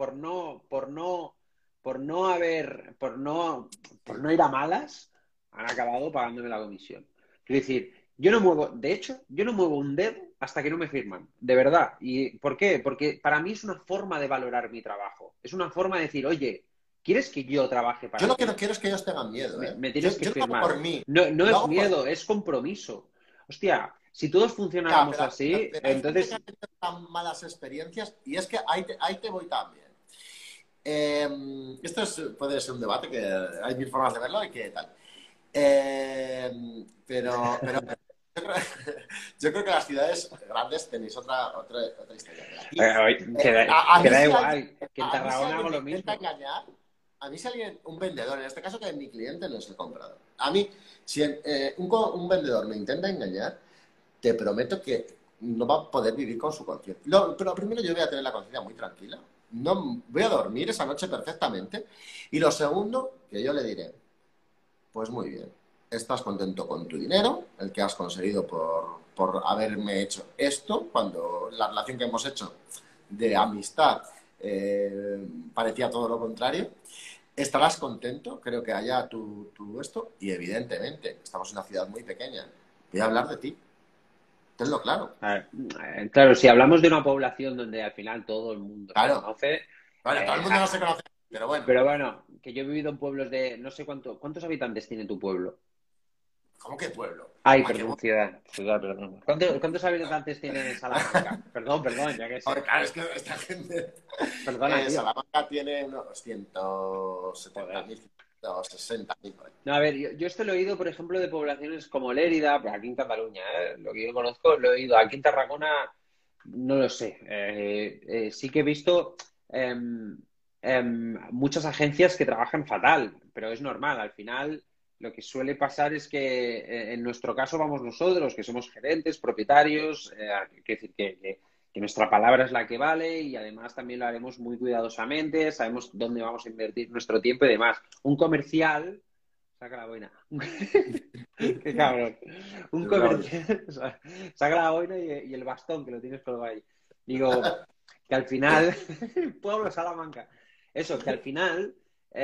por no ir a malas, han acabado pagándome la comisión. Quiero decir, yo no muevo, de hecho, yo no muevo un dedo hasta que no me firman, de verdad. ¿Y por qué? Porque para mí es una forma de valorar mi trabajo. Es una forma de decir, oye, ¿quieres que yo trabaje yo para lo que no ti? quiero es que ellos tengan miedo, ¿eh? Me Yo, tienes que yo lo hago firmar. por mí, No, no lo es hago por miedo, es compromiso. Hostia, si todos ya, funcionáramos pero, así, pero hay gente que ha entonces, tenido tan malas experiencias y es que ahí te voy también. Esto puede ser un debate que hay mil formas de verlo y que tal. Pero yo creo, yo creo que las ciudades grandes tenéis otra historia. Pero aquí, que da igual, que en a mí si Tarragona hago alguien me lo intenta mismo. engañar, a mí si alguien, un vendedor, en este caso que mi cliente no es el comprador, a mí si un vendedor me intenta engañar, te prometo que no va a poder vivir con su conciencia. Pero primero yo voy a tener la conciencia muy tranquila, no voy a dormir esa noche perfectamente, y lo segundo, que yo le diré, pues muy bien. Estás contento con tu dinero, el que has conseguido por haberme hecho esto, cuando la relación que hemos hecho de amistad parecía todo lo contrario. Estarás contento, creo que haya tu esto, y evidentemente, estamos en una ciudad muy pequeña. Voy a hablar de ti, tenlo claro. A ver, claro, si hablamos de una población donde al final todo el mundo se Claro, conoce, vale, todo el eh, mundo no se conoce, pero bueno, pero bueno, que yo he vivido en pueblos de no sé ¿cuántos habitantes tiene tu pueblo? ¿cómo que pueblo? Ay, ¿A qué perdón, voy? ciudad, perdón. ¿Cuántos habitantes tiene Salamanca? Perdón, ya que Joder, sé. claro, es que esta gente. Perdona, tío. Salamanca tiene unos 170 Joder. mil, 160.000 por ahí. No, a ver, yo esto lo he oído, por ejemplo, de poblaciones como Lérida, pues aquí en Cataluña, ¿eh? Lo que yo conozco, lo he oído. Aquí en Tarragona, no lo sé. Sí que he visto muchas agencias que trabajan fatal, pero es normal. Al final, lo que suele pasar es que en nuestro caso vamos nosotros, que somos gerentes, propietarios, quiere decir que nuestra palabra es la que vale y además también lo haremos muy cuidadosamente, sabemos dónde vamos a invertir nuestro tiempo y demás. Un comercial, saca la boina, qué cabrón, un comercial, saca la boina y el bastón que lo tienes colgado ahí. Digo, que al final, Pueblo Salamanca, eso, que al final...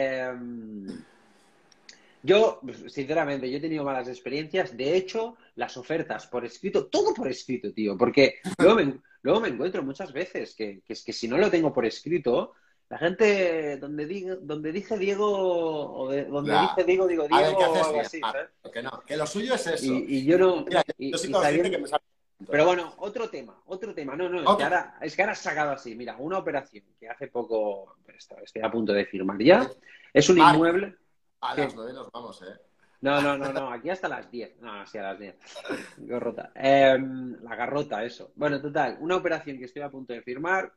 yo, sinceramente, yo he tenido malas experiencias. De hecho, las ofertas por escrito, todo por escrito, tío. Porque luego me encuentro muchas veces que es que si no lo tengo por escrito, la gente donde dice Diego, donde dice Diego, digo A ver, Diego ¿qué o haces algo bien? así, ¿sabes? Que no, que lo suyo es eso. Y yo no. Mira, yo soy Y consciente que sabiendo. me sale. Pero bueno, otro tema. No, Ok. es que ahora has sacado así. Mira, una operación que hace poco estoy a punto de firmar ya. Es un Marc, inmueble. a ¿Qué? las 9 nos vamos, ¿eh? No, aquí hasta las 10. No, sí, a las 10. Garrota. La garrota, eso. Bueno, total, una operación que estoy a punto de firmar.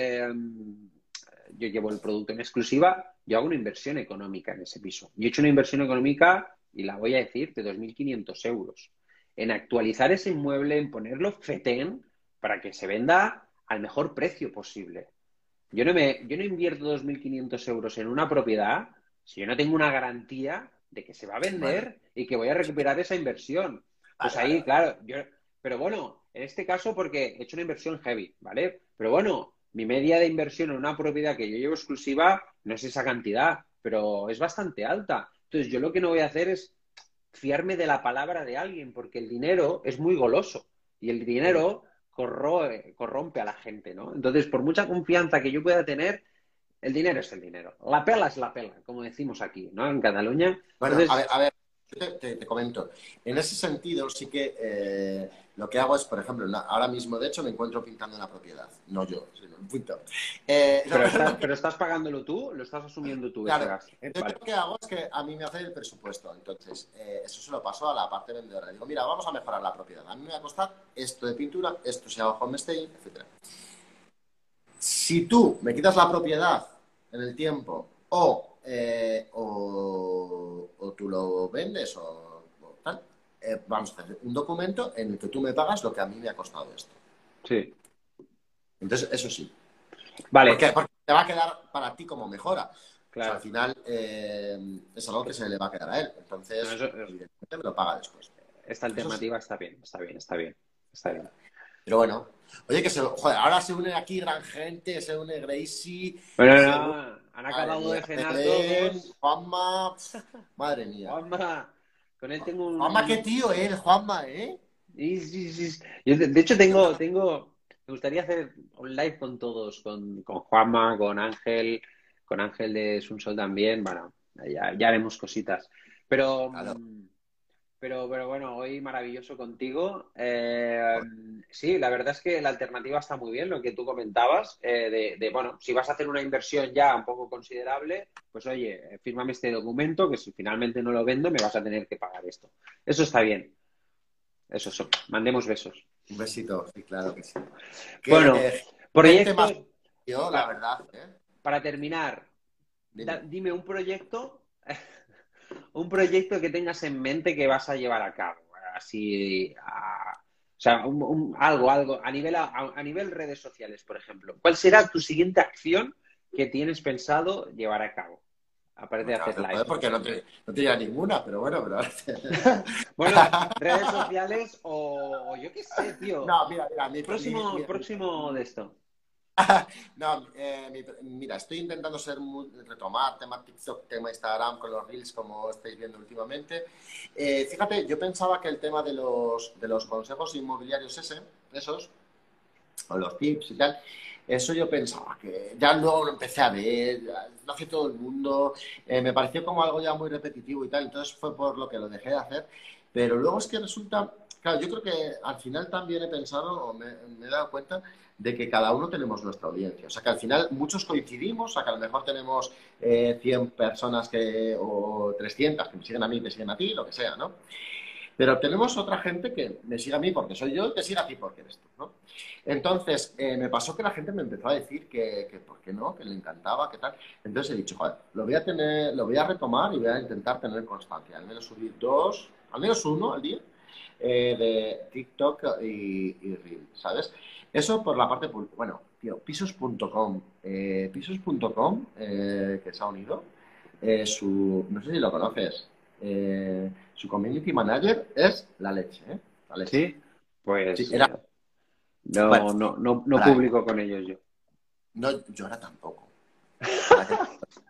Yo llevo el producto en exclusiva. Yo hago una inversión económica en ese piso. Yo he hecho una inversión económica, y la voy a decir, de 2.500 euros. En actualizar ese inmueble, en ponerlo fetén para que se venda al mejor precio posible. Yo no invierto 2.500 euros en una propiedad si yo no tengo una garantía de que se va a Bueno, vender y que voy a recuperar esa inversión. Pues vale, ahí, vale. claro, pero bueno, en este caso porque he hecho una inversión heavy, ¿vale? Pero bueno, mi media de inversión en una propiedad que yo llevo exclusiva no es esa cantidad, pero es bastante alta. Entonces, yo lo que no voy a hacer es fiarme de la palabra de alguien, porque el dinero es muy goloso y el dinero corrompe a la gente, ¿no? Entonces, por mucha confianza que yo pueda tener, el dinero es el dinero. La pela es la pela, como decimos aquí, ¿no? En Cataluña. Bueno, Entonces, a ver, yo te comento. En ese sentido, sí que lo que hago es, por ejemplo, ahora mismo, de hecho, me encuentro pintando una propiedad. No yo, sino un pintor. pero estás pagándolo tú, lo estás asumiendo tú ese Claro, gasto. entonces Vale. lo que hago es que a mí me hace el presupuesto. Entonces, eso se lo paso a la parte vendedora. Digo, mira, vamos a mejorar la propiedad. A mí me va a costar esto de pintura, esto se llama homestay, etcétera. Si tú me quitas la propiedad en el tiempo o tú lo vendes o tal, vamos a hacer un documento en el que tú me pagas lo que a mí me ha costado esto. Sí. Entonces, eso sí. Vale, Porque te va a quedar para ti como mejora. O sea, al claro. final es algo que se le va a quedar a él. No, Entonces, evidentemente me lo paga después. esta Eso sí. alternativa está bien, está bien, está bien, está bien. Pero bueno, oye, joder, ahora se une aquí gran gente, se une Gracie, Bueno, se une, no, han madre acabado de mía, cenar Belén, todos. Juanma, madre mía. Juanma, con él tengo Juanma, qué un... tío, Juanma, ¿eh? Sí. Yo, de hecho, me gustaría hacer un live con todos, con Juanma, con Ángel de Sunsol también. Bueno, ya haremos cositas. Pero, Claro. pero bueno, hoy maravilloso contigo. Sí, la verdad es que la alternativa está muy bien, lo que tú comentabas, bueno, si vas a hacer una inversión ya un poco considerable, pues oye, fírmame este documento que si finalmente no lo vendo me vas a tener que pagar esto. Eso está bien. Eso, mandemos besos. Un besito, sí, claro que sí. Bueno, Que gente más proyectos, yo, la pa- verdad, ¿eh? para terminar, Dime. dime un proyecto que tengas en mente que vas a llevar a cabo. Así, o sea, algo, a nivel redes sociales, por ejemplo. ¿Cuál será tu siguiente acción que tienes pensado llevar a cabo? Aparte Me de acabas hacer de joder lives. porque no tenía ninguna, pero bueno, pero... Bueno, redes sociales o yo qué sé, tío. No, mira, Próximo de esto. no, mira, estoy intentando retomar tema TikTok, tema Instagram con los Reels, como estáis viendo últimamente. Fíjate, yo pensaba que el tema de los consejos inmobiliarios esos, o los tips y tal, eso yo pensaba que ya luego lo empecé a ver, lo hace todo el mundo, me pareció como algo ya muy repetitivo y tal, entonces fue por lo que lo dejé de hacer, pero luego es que resulta, claro, yo creo que al final también he pensado, o me he dado cuenta de que cada uno tenemos nuestra audiencia, o sea que al final muchos coincidimos, o sea que a lo mejor tenemos 100 personas o 300 que me siguen a mí, te siguen a ti, lo que sea, ¿no? Pero tenemos otra gente que me sigue a mí porque soy yo y te sigue a ti porque eres tú, ¿no? Entonces, me pasó que la gente me empezó a decir que por qué no, que le encantaba, que tal. Entonces he dicho, joder, lo voy a retomar y voy a intentar tener constancia. Al menos subir dos, al menos uno al día de TikTok y Reel, ¿sabes? Eso por la parte, bueno, tío, pisos.com. Pisos.com, que se ha unido, no sé si lo conoces, su community manager es la leche, ¿eh? La leche. ¿Sí? Sí, Pues era, bueno, no para él. publico con ellos yo. No, yo ahora tampoco. ¿Para qué?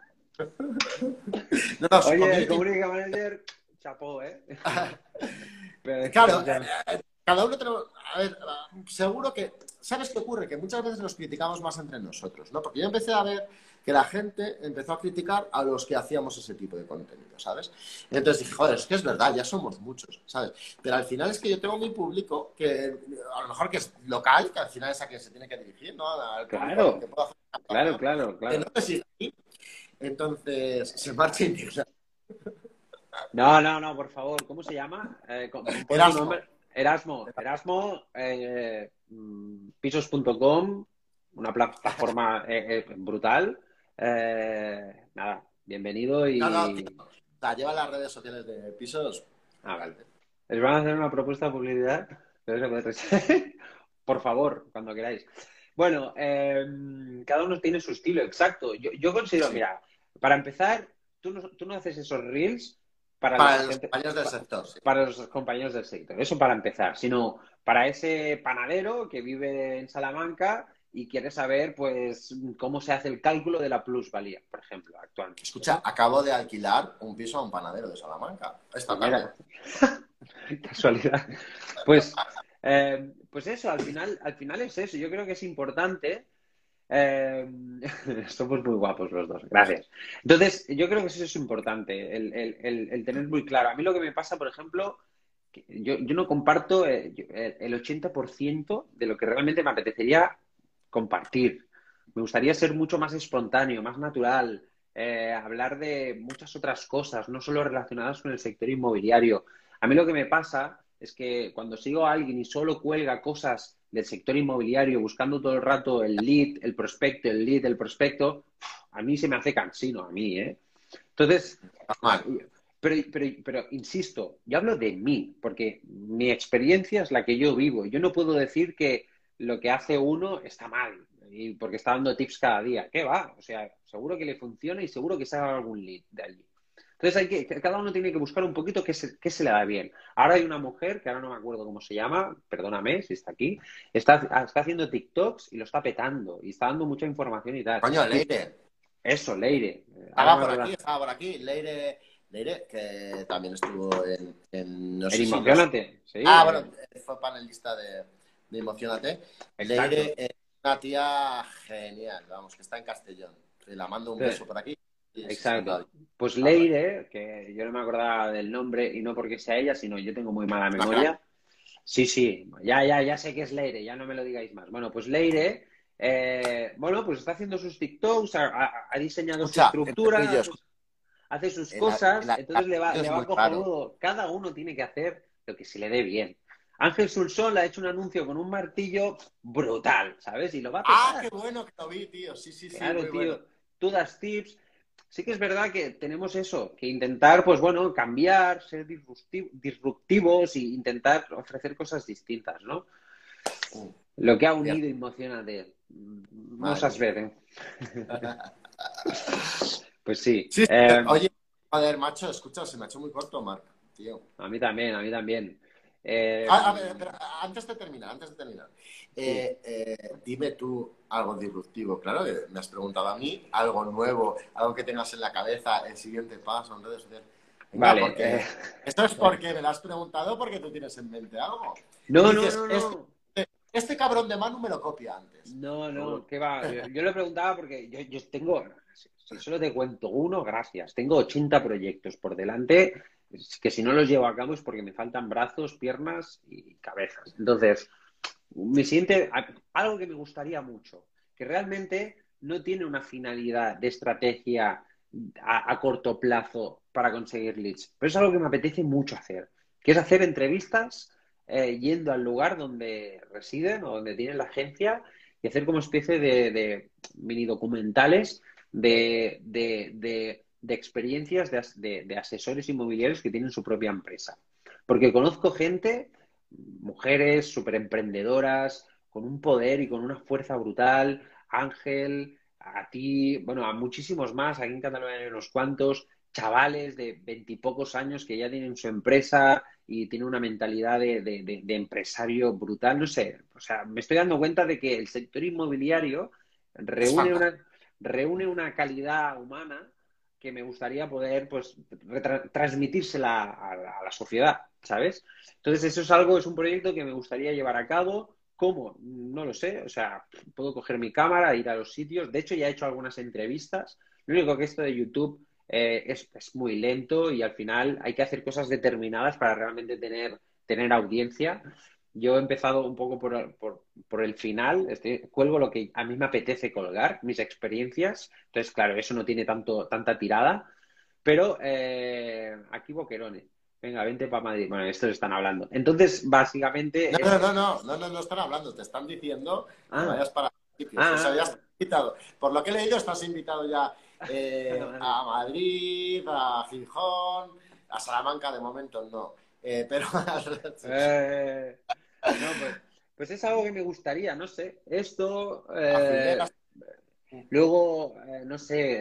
No, no, su Oye, el community. community manager, chapó, ¿eh? Pero es que, Claro, o sea, cada uno tenemos. A ver, seguro que. ¿Sabes qué ocurre? Que muchas veces nos criticamos más entre nosotros, ¿no? Porque yo empecé a ver que la gente empezó a criticar a los que hacíamos ese tipo de contenido, ¿sabes? Y entonces dije, joder, es que es verdad, ya somos muchos, ¿sabes? Pero al final es que yo tengo mi público que a lo mejor que es local, que al final es a quien se tiene que dirigir, ¿no? Al público al que claro, puedo hacer una claro, actuación, claro, que no claro. me sigue aquí. Entonces se marcha indignado. No, por favor, ¿cómo se llama? Pon tu Erasmo. nombre. Erasmo, pisos.com, una plataforma brutal. Nada, bienvenido No, no, tío. y... O sea, lleva las redes sociales de pisos. Vale. ¿Les van a hacer una propuesta de publicidad? Pero se puede Por favor, cuando queráis. Bueno, cada uno tiene su estilo, exacto. Yo considero, Sí. mira, para empezar, tú no haces esos reels para Para la los gente, compañeros del sector, sí. para los compañeros del sector. Eso para empezar, sino para ese panadero que vive en Salamanca y quiere saber, pues, cómo se hace el cálculo de la plusvalía, por ejemplo, actualmente, Escucha, ¿no? acabo de alquilar un piso a un panadero de Salamanca esta Pues tarde. mira, casualidad. Pues eso, al final es eso. Yo creo que es importante. eh, Somos muy guapos los dos, gracias. Entonces, yo creo que eso es importante, el tener muy claro. A mí lo que me pasa, por ejemplo, que yo no comparto el 80% de lo que realmente me apetecería compartir. Me gustaría ser mucho más espontáneo, más natural, hablar de muchas otras cosas, no solo relacionadas con el sector inmobiliario. A mí lo que me pasa es que cuando sigo a alguien y solo cuelga cosas del sector inmobiliario buscando todo el rato el lead, el prospecto, el lead, el prospecto, a mí se me hace cansino, a mí, ¿eh? Entonces, Normal. pero insisto, yo hablo de mí, porque mi experiencia es la que yo vivo. Yo no puedo decir que lo que hace uno está mal, y porque está dando tips cada día. ¿Qué va? O sea, seguro que le funciona y seguro que saca algún lead de allí. Entonces cada uno tiene que buscar un poquito qué se le da bien. Ahora hay una mujer, que ahora no me acuerdo cómo se llama, perdóname si está aquí, está haciendo TikToks y lo está petando y está dando mucha información y tal. Coño, Y Leire. eso, Leire, ahora no me acuerdo. Estaba por aquí. Leire, que también estuvo no En sé si nos. Emocionate, sí, Ah, bueno, fue panelista de Emocionate. Leire exacto. es una tía genial, vamos, que está en Castellón. Y la mando un Sí, beso por aquí y se exacto. sentado. Pues Habla. Leire, que yo no me acordaba del nombre y no porque sea ella, sino yo tengo muy mala Una crack. memoria. Sí, sí, ya sé que es Leire, ya no me lo digáis más. Bueno, pues Leire, bueno, pues está haciendo sus TikToks, ha diseñado su Escucha, entre tú y estructura, yo, hace sus el cosas, entonces algoritmo le es va muy raro. cojonudo. Cada uno tiene que hacer lo que se le dé bien. Ángel Sulsón le ha hecho un anuncio con un martillo brutal, ¿sabes? Y lo va a Ah, qué petar. bueno que lo vi, tío. Sí, sí, sí, Claro, muy bueno. tío, tú das tips. Sí que es verdad que tenemos eso, que intentar, pues bueno, cambiar, ser disruptivos e intentar ofrecer cosas distintas, ¿no? Mm, Lo que ha cierto. unido Emocionate. No Madre sabes mía. ver, ¿eh? Pues sí. Sí, sí. Oye, joder, macho, escucha, se me ha hecho muy corto, Marc, tío. A mí también, a mí también. A ver, espera, antes de terminar, Sí. dime tú algo disruptivo. Claro que me has preguntado a mí algo nuevo, algo que tengas en la cabeza, el siguiente paso en redes sociales. Venga, Vale. porque esto es porque me lo has preguntado porque tú tienes en mente algo. Y No, no, dices, no, no. este cabrón de Manu me lo copia antes. No, Seguro. no, ¿qué va? Yo le preguntaba porque yo tengo, si solo te cuento uno, gracias. Tengo 80 proyectos por delante, que si no los llevo a cabo es porque me faltan brazos, piernas y cabezas. Entonces, mi siguiente, algo que me gustaría mucho, que realmente no tiene una finalidad de estrategia a corto plazo para conseguir leads, pero es algo que me apetece mucho hacer, que es hacer entrevistas yendo al lugar donde residen o donde tienen la agencia y hacer como especie de mini documentales de experiencias de asesores inmobiliarios que tienen su propia empresa. Porque conozco gente, mujeres súper emprendedoras, con un poder y con una fuerza brutal, Ángel, a ti, bueno, a muchísimos más, aquí en Cataluña hay unos cuantos, chavales de veintipocos años que ya tienen su empresa y tienen una mentalidad de empresario brutal, no sé, o sea, me estoy dando cuenta de que el sector inmobiliario Es reúne fantástico. una calidad humana que me gustaría poder, pues, transmitírsela a la sociedad, ¿sabes? Entonces, eso es algo, es un proyecto que me gustaría llevar a cabo. ¿Cómo? No lo sé. O sea, puedo coger mi cámara, ir a los sitios. De hecho, ya he hecho algunas entrevistas. Lo único que esto de YouTube es muy lento y al final hay que hacer cosas determinadas para realmente tener audiencia. Yo he empezado un poco por el final, cuelgo lo que a mí me apetece colgar, mis experiencias. Entonces, claro, eso no tiene tanta tirada, pero aquí boquerones. Venga, vente para Madrid. Bueno, estos están hablando. Entonces, No, básicamente no, es... no, no, no, no, no están hablando, te están diciendo que Ah, vayas para sitios. O sea, ya ah, estás invitado. Por lo que he leído, estás invitado ya vale. a Madrid, a Gijón, a Salamanca de momento no. Pero Eh, no, pues es algo que me gustaría, no sé. Esto, a Figueras. luego, no sé,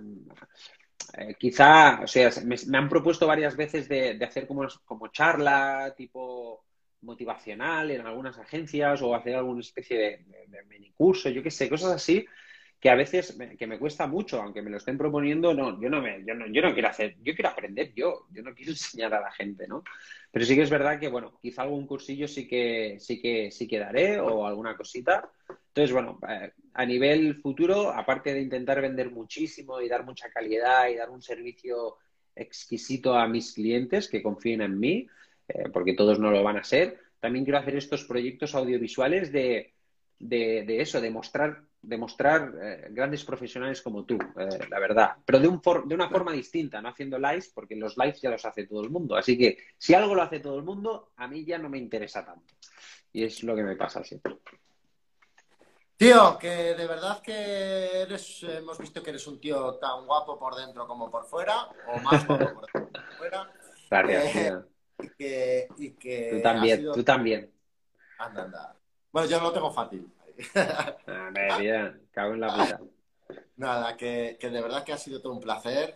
quizá, o sea, me han propuesto varias veces de hacer como charla tipo motivacional en algunas agencias o hacer alguna especie de minicurso, yo qué sé, cosas así que a veces que me cuesta mucho, aunque me lo estén proponiendo, no, yo no quiero hacer, yo quiero aprender yo no quiero enseñar a la gente, ¿no? Pero sí que es verdad que, bueno, quizá algún cursillo sí que daré o alguna cosita. Entonces, bueno, a nivel futuro, aparte de intentar vender muchísimo y dar mucha calidad y dar un servicio exquisito a mis clientes que confíen en mí, porque todos no lo van a ser, también quiero hacer estos proyectos audiovisuales de eso, de mostrar grandes profesionales como tú, la verdad. Pero de una forma distinta, no haciendo lives, porque los lives ya los hace todo el mundo. Así que si algo lo hace todo el mundo, a mí ya no me interesa tanto. Y es lo que me pasa siempre. Tío, que de verdad que hemos visto que eres un tío tan guapo por dentro como por fuera, o más guapo por dentro que por fuera, Gracias, eh, tío. y Tú que ha también, tú sido... también. Anda, anda. Bueno, yo no lo tengo fácil. Hombre, tío, cago en la puta. Nada, que de verdad que ha sido todo un placer,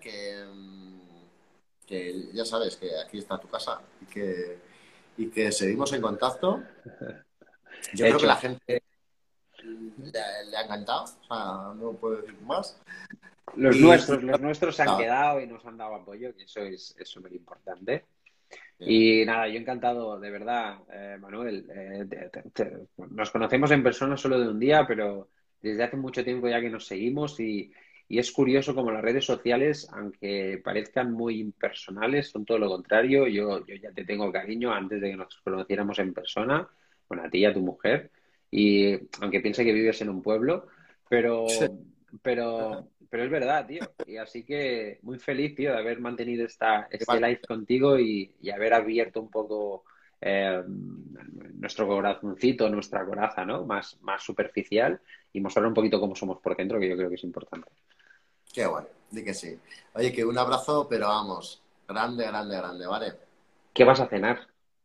que ya sabes que aquí está tu casa y que seguimos en contacto. Yo creo que la Hecho. gente le ha encantado, o sea, no puedo decir más. Los Y nuestros, los nuestros se han nada, quedado y nos han dado apoyo, que eso es súper importante. Y nada, yo encantado, de verdad, Manuel. Nos conocemos en persona solo de un día, pero desde hace mucho tiempo ya que nos seguimos y es curioso como las redes sociales, aunque parezcan muy impersonales, son todo lo contrario. Yo ya te tengo cariño antes de que nos conociéramos en persona, bueno, a ti y a tu mujer, y aunque piense que vives en un pueblo, pero, pero es verdad, tío. Y así que muy feliz, tío, de haber mantenido este igual, live contigo y haber abierto un poco nuestro corazoncito, nuestra coraza, ¿no? Más superficial y mostrar un poquito cómo somos por dentro, que yo creo que es importante. qué bueno, di que sí. Oye, que un abrazo, pero vamos, grande, grande, grande, ¿vale? ¿Qué vas a cenar?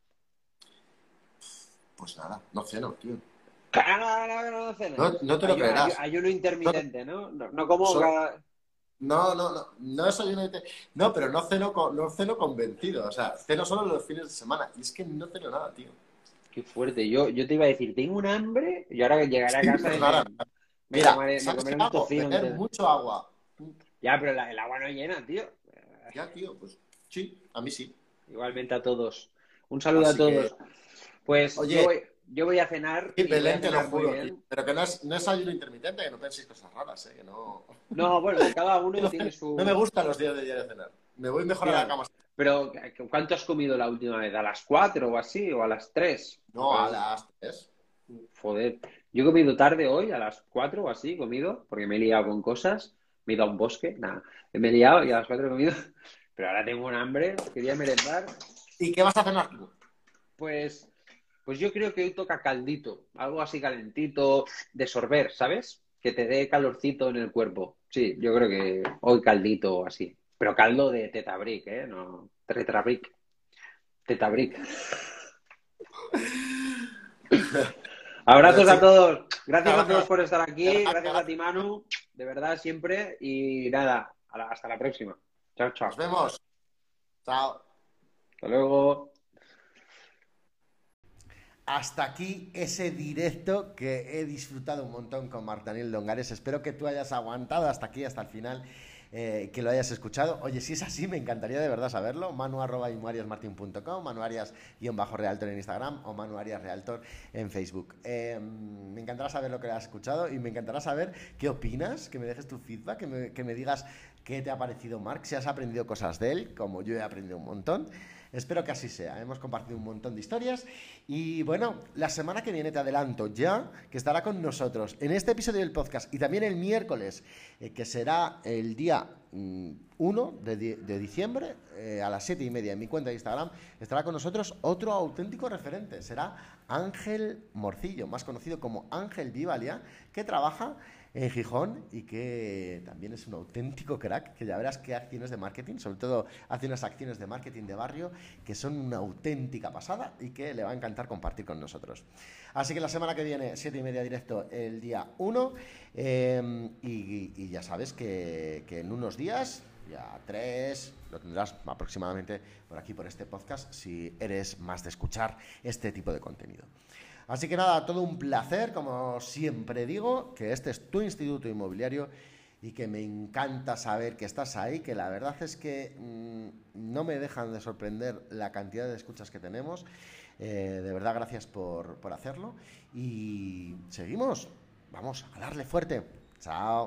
Pues nada, no ceno, tío. Claro, no No, cenas. no te lo creerás. Ayuno Solo, intermitente, ¿no? No como solo- cada... no, no, no, no es ayuno no, pero no ceno convencido, o sea, ceno solo los fines de semana. Y es que no ceno nada, tío. Qué fuerte. Yo te iba a decir, tengo un hambre y ahora que llegaré a Sí, casa pues y nada. me Mira, tomaré, me ¿sabes qué comeré un hago? tocino Beber entero. mucho agua. Ya, pero el agua no llena, tío. Ya, tío, pues sí, a mí sí. Igualmente a todos. Un saludo a Así que, todos. Pues yo oye, voy, yo voy a cenar sí, y voy a Belén, te lo cenar muy juro, tío. bien. Pero que no es ayuno intermitente, que no penséis cosas raras, que no. No, bueno, cada Yo uno no, tiene no me su... gustan los días de día de cenar. Me voy mejor a la Tío, cama. pero ¿cuánto has comido la última vez? ¿A las 4 o así? ¿O a las 3? No, a las 3. Joder. Yo he comido tarde hoy, a las 4 o así, he comido, porque me he liado con cosas. Me he ido a un bosque, nada. Me he liado y a las 4 he comido. Pero ahora tengo un hambre, quería merendar. ¿Y qué vas a cenar tú? Pues, pues yo creo que hoy toca caldito, algo así calentito, de sorber, ¿sabes? Que te dé calorcito en el cuerpo. Sí, yo creo que hoy caldito o así. Pero caldo de Tetabric, ¿eh? No, Tetrabric. Tetabric. Bueno, Abrazos a chicos, todos. Gracias a todos gracias. por estar aquí. Gracias a Gracias. ti, Manu. De verdad, siempre. Y nada, hasta la próxima. Chao, Nos chao. vemos. Chao. Hasta luego. Hasta aquí ese directo que he disfrutado un montón con Martaniel Dongares. Espero que tú hayas aguantado hasta aquí, hasta el final, que lo hayas escuchado. Oye, si es así, me encantaría de verdad saberlo. manu@imuariasmartin.com, manuarias_realtor en Instagram o manuariasrealtor en Facebook. Me encantará saber lo que has escuchado y me encantará saber qué opinas, que me dejes tu feedback, que me digas qué te ha parecido Marc, si has aprendido cosas de él, como yo he aprendido un montón. Espero que así sea. Hemos compartido un montón de historias. Y bueno, la semana que viene te adelanto ya que estará con nosotros en este episodio del podcast y también el miércoles, que será el día 1 de diciembre, a las 7:30 en mi cuenta de Instagram, estará con nosotros otro auténtico referente. Será Ángel Morcillo, más conocido como Ángel Vivalia, que trabaja en Gijón y que también es un auténtico crack, que ya verás qué acciones de marketing, sobre todo hace unas acciones de marketing de barrio que son una auténtica pasada y que le va a encantar compartir con nosotros. Así que la semana que viene, 7:30 directo el día 1, y ya sabes que en unos días, ya 3, lo tendrás aproximadamente por aquí, por este podcast, si eres más de escuchar este tipo de contenido. Así que nada, todo un placer, como siempre digo, que este es tu instituto inmobiliario y que me encanta saber que estás ahí, que la verdad es que no me dejan de sorprender la cantidad de escuchas que tenemos. De verdad, gracias por hacerlo. Y seguimos, vamos a darle fuerte. Chao.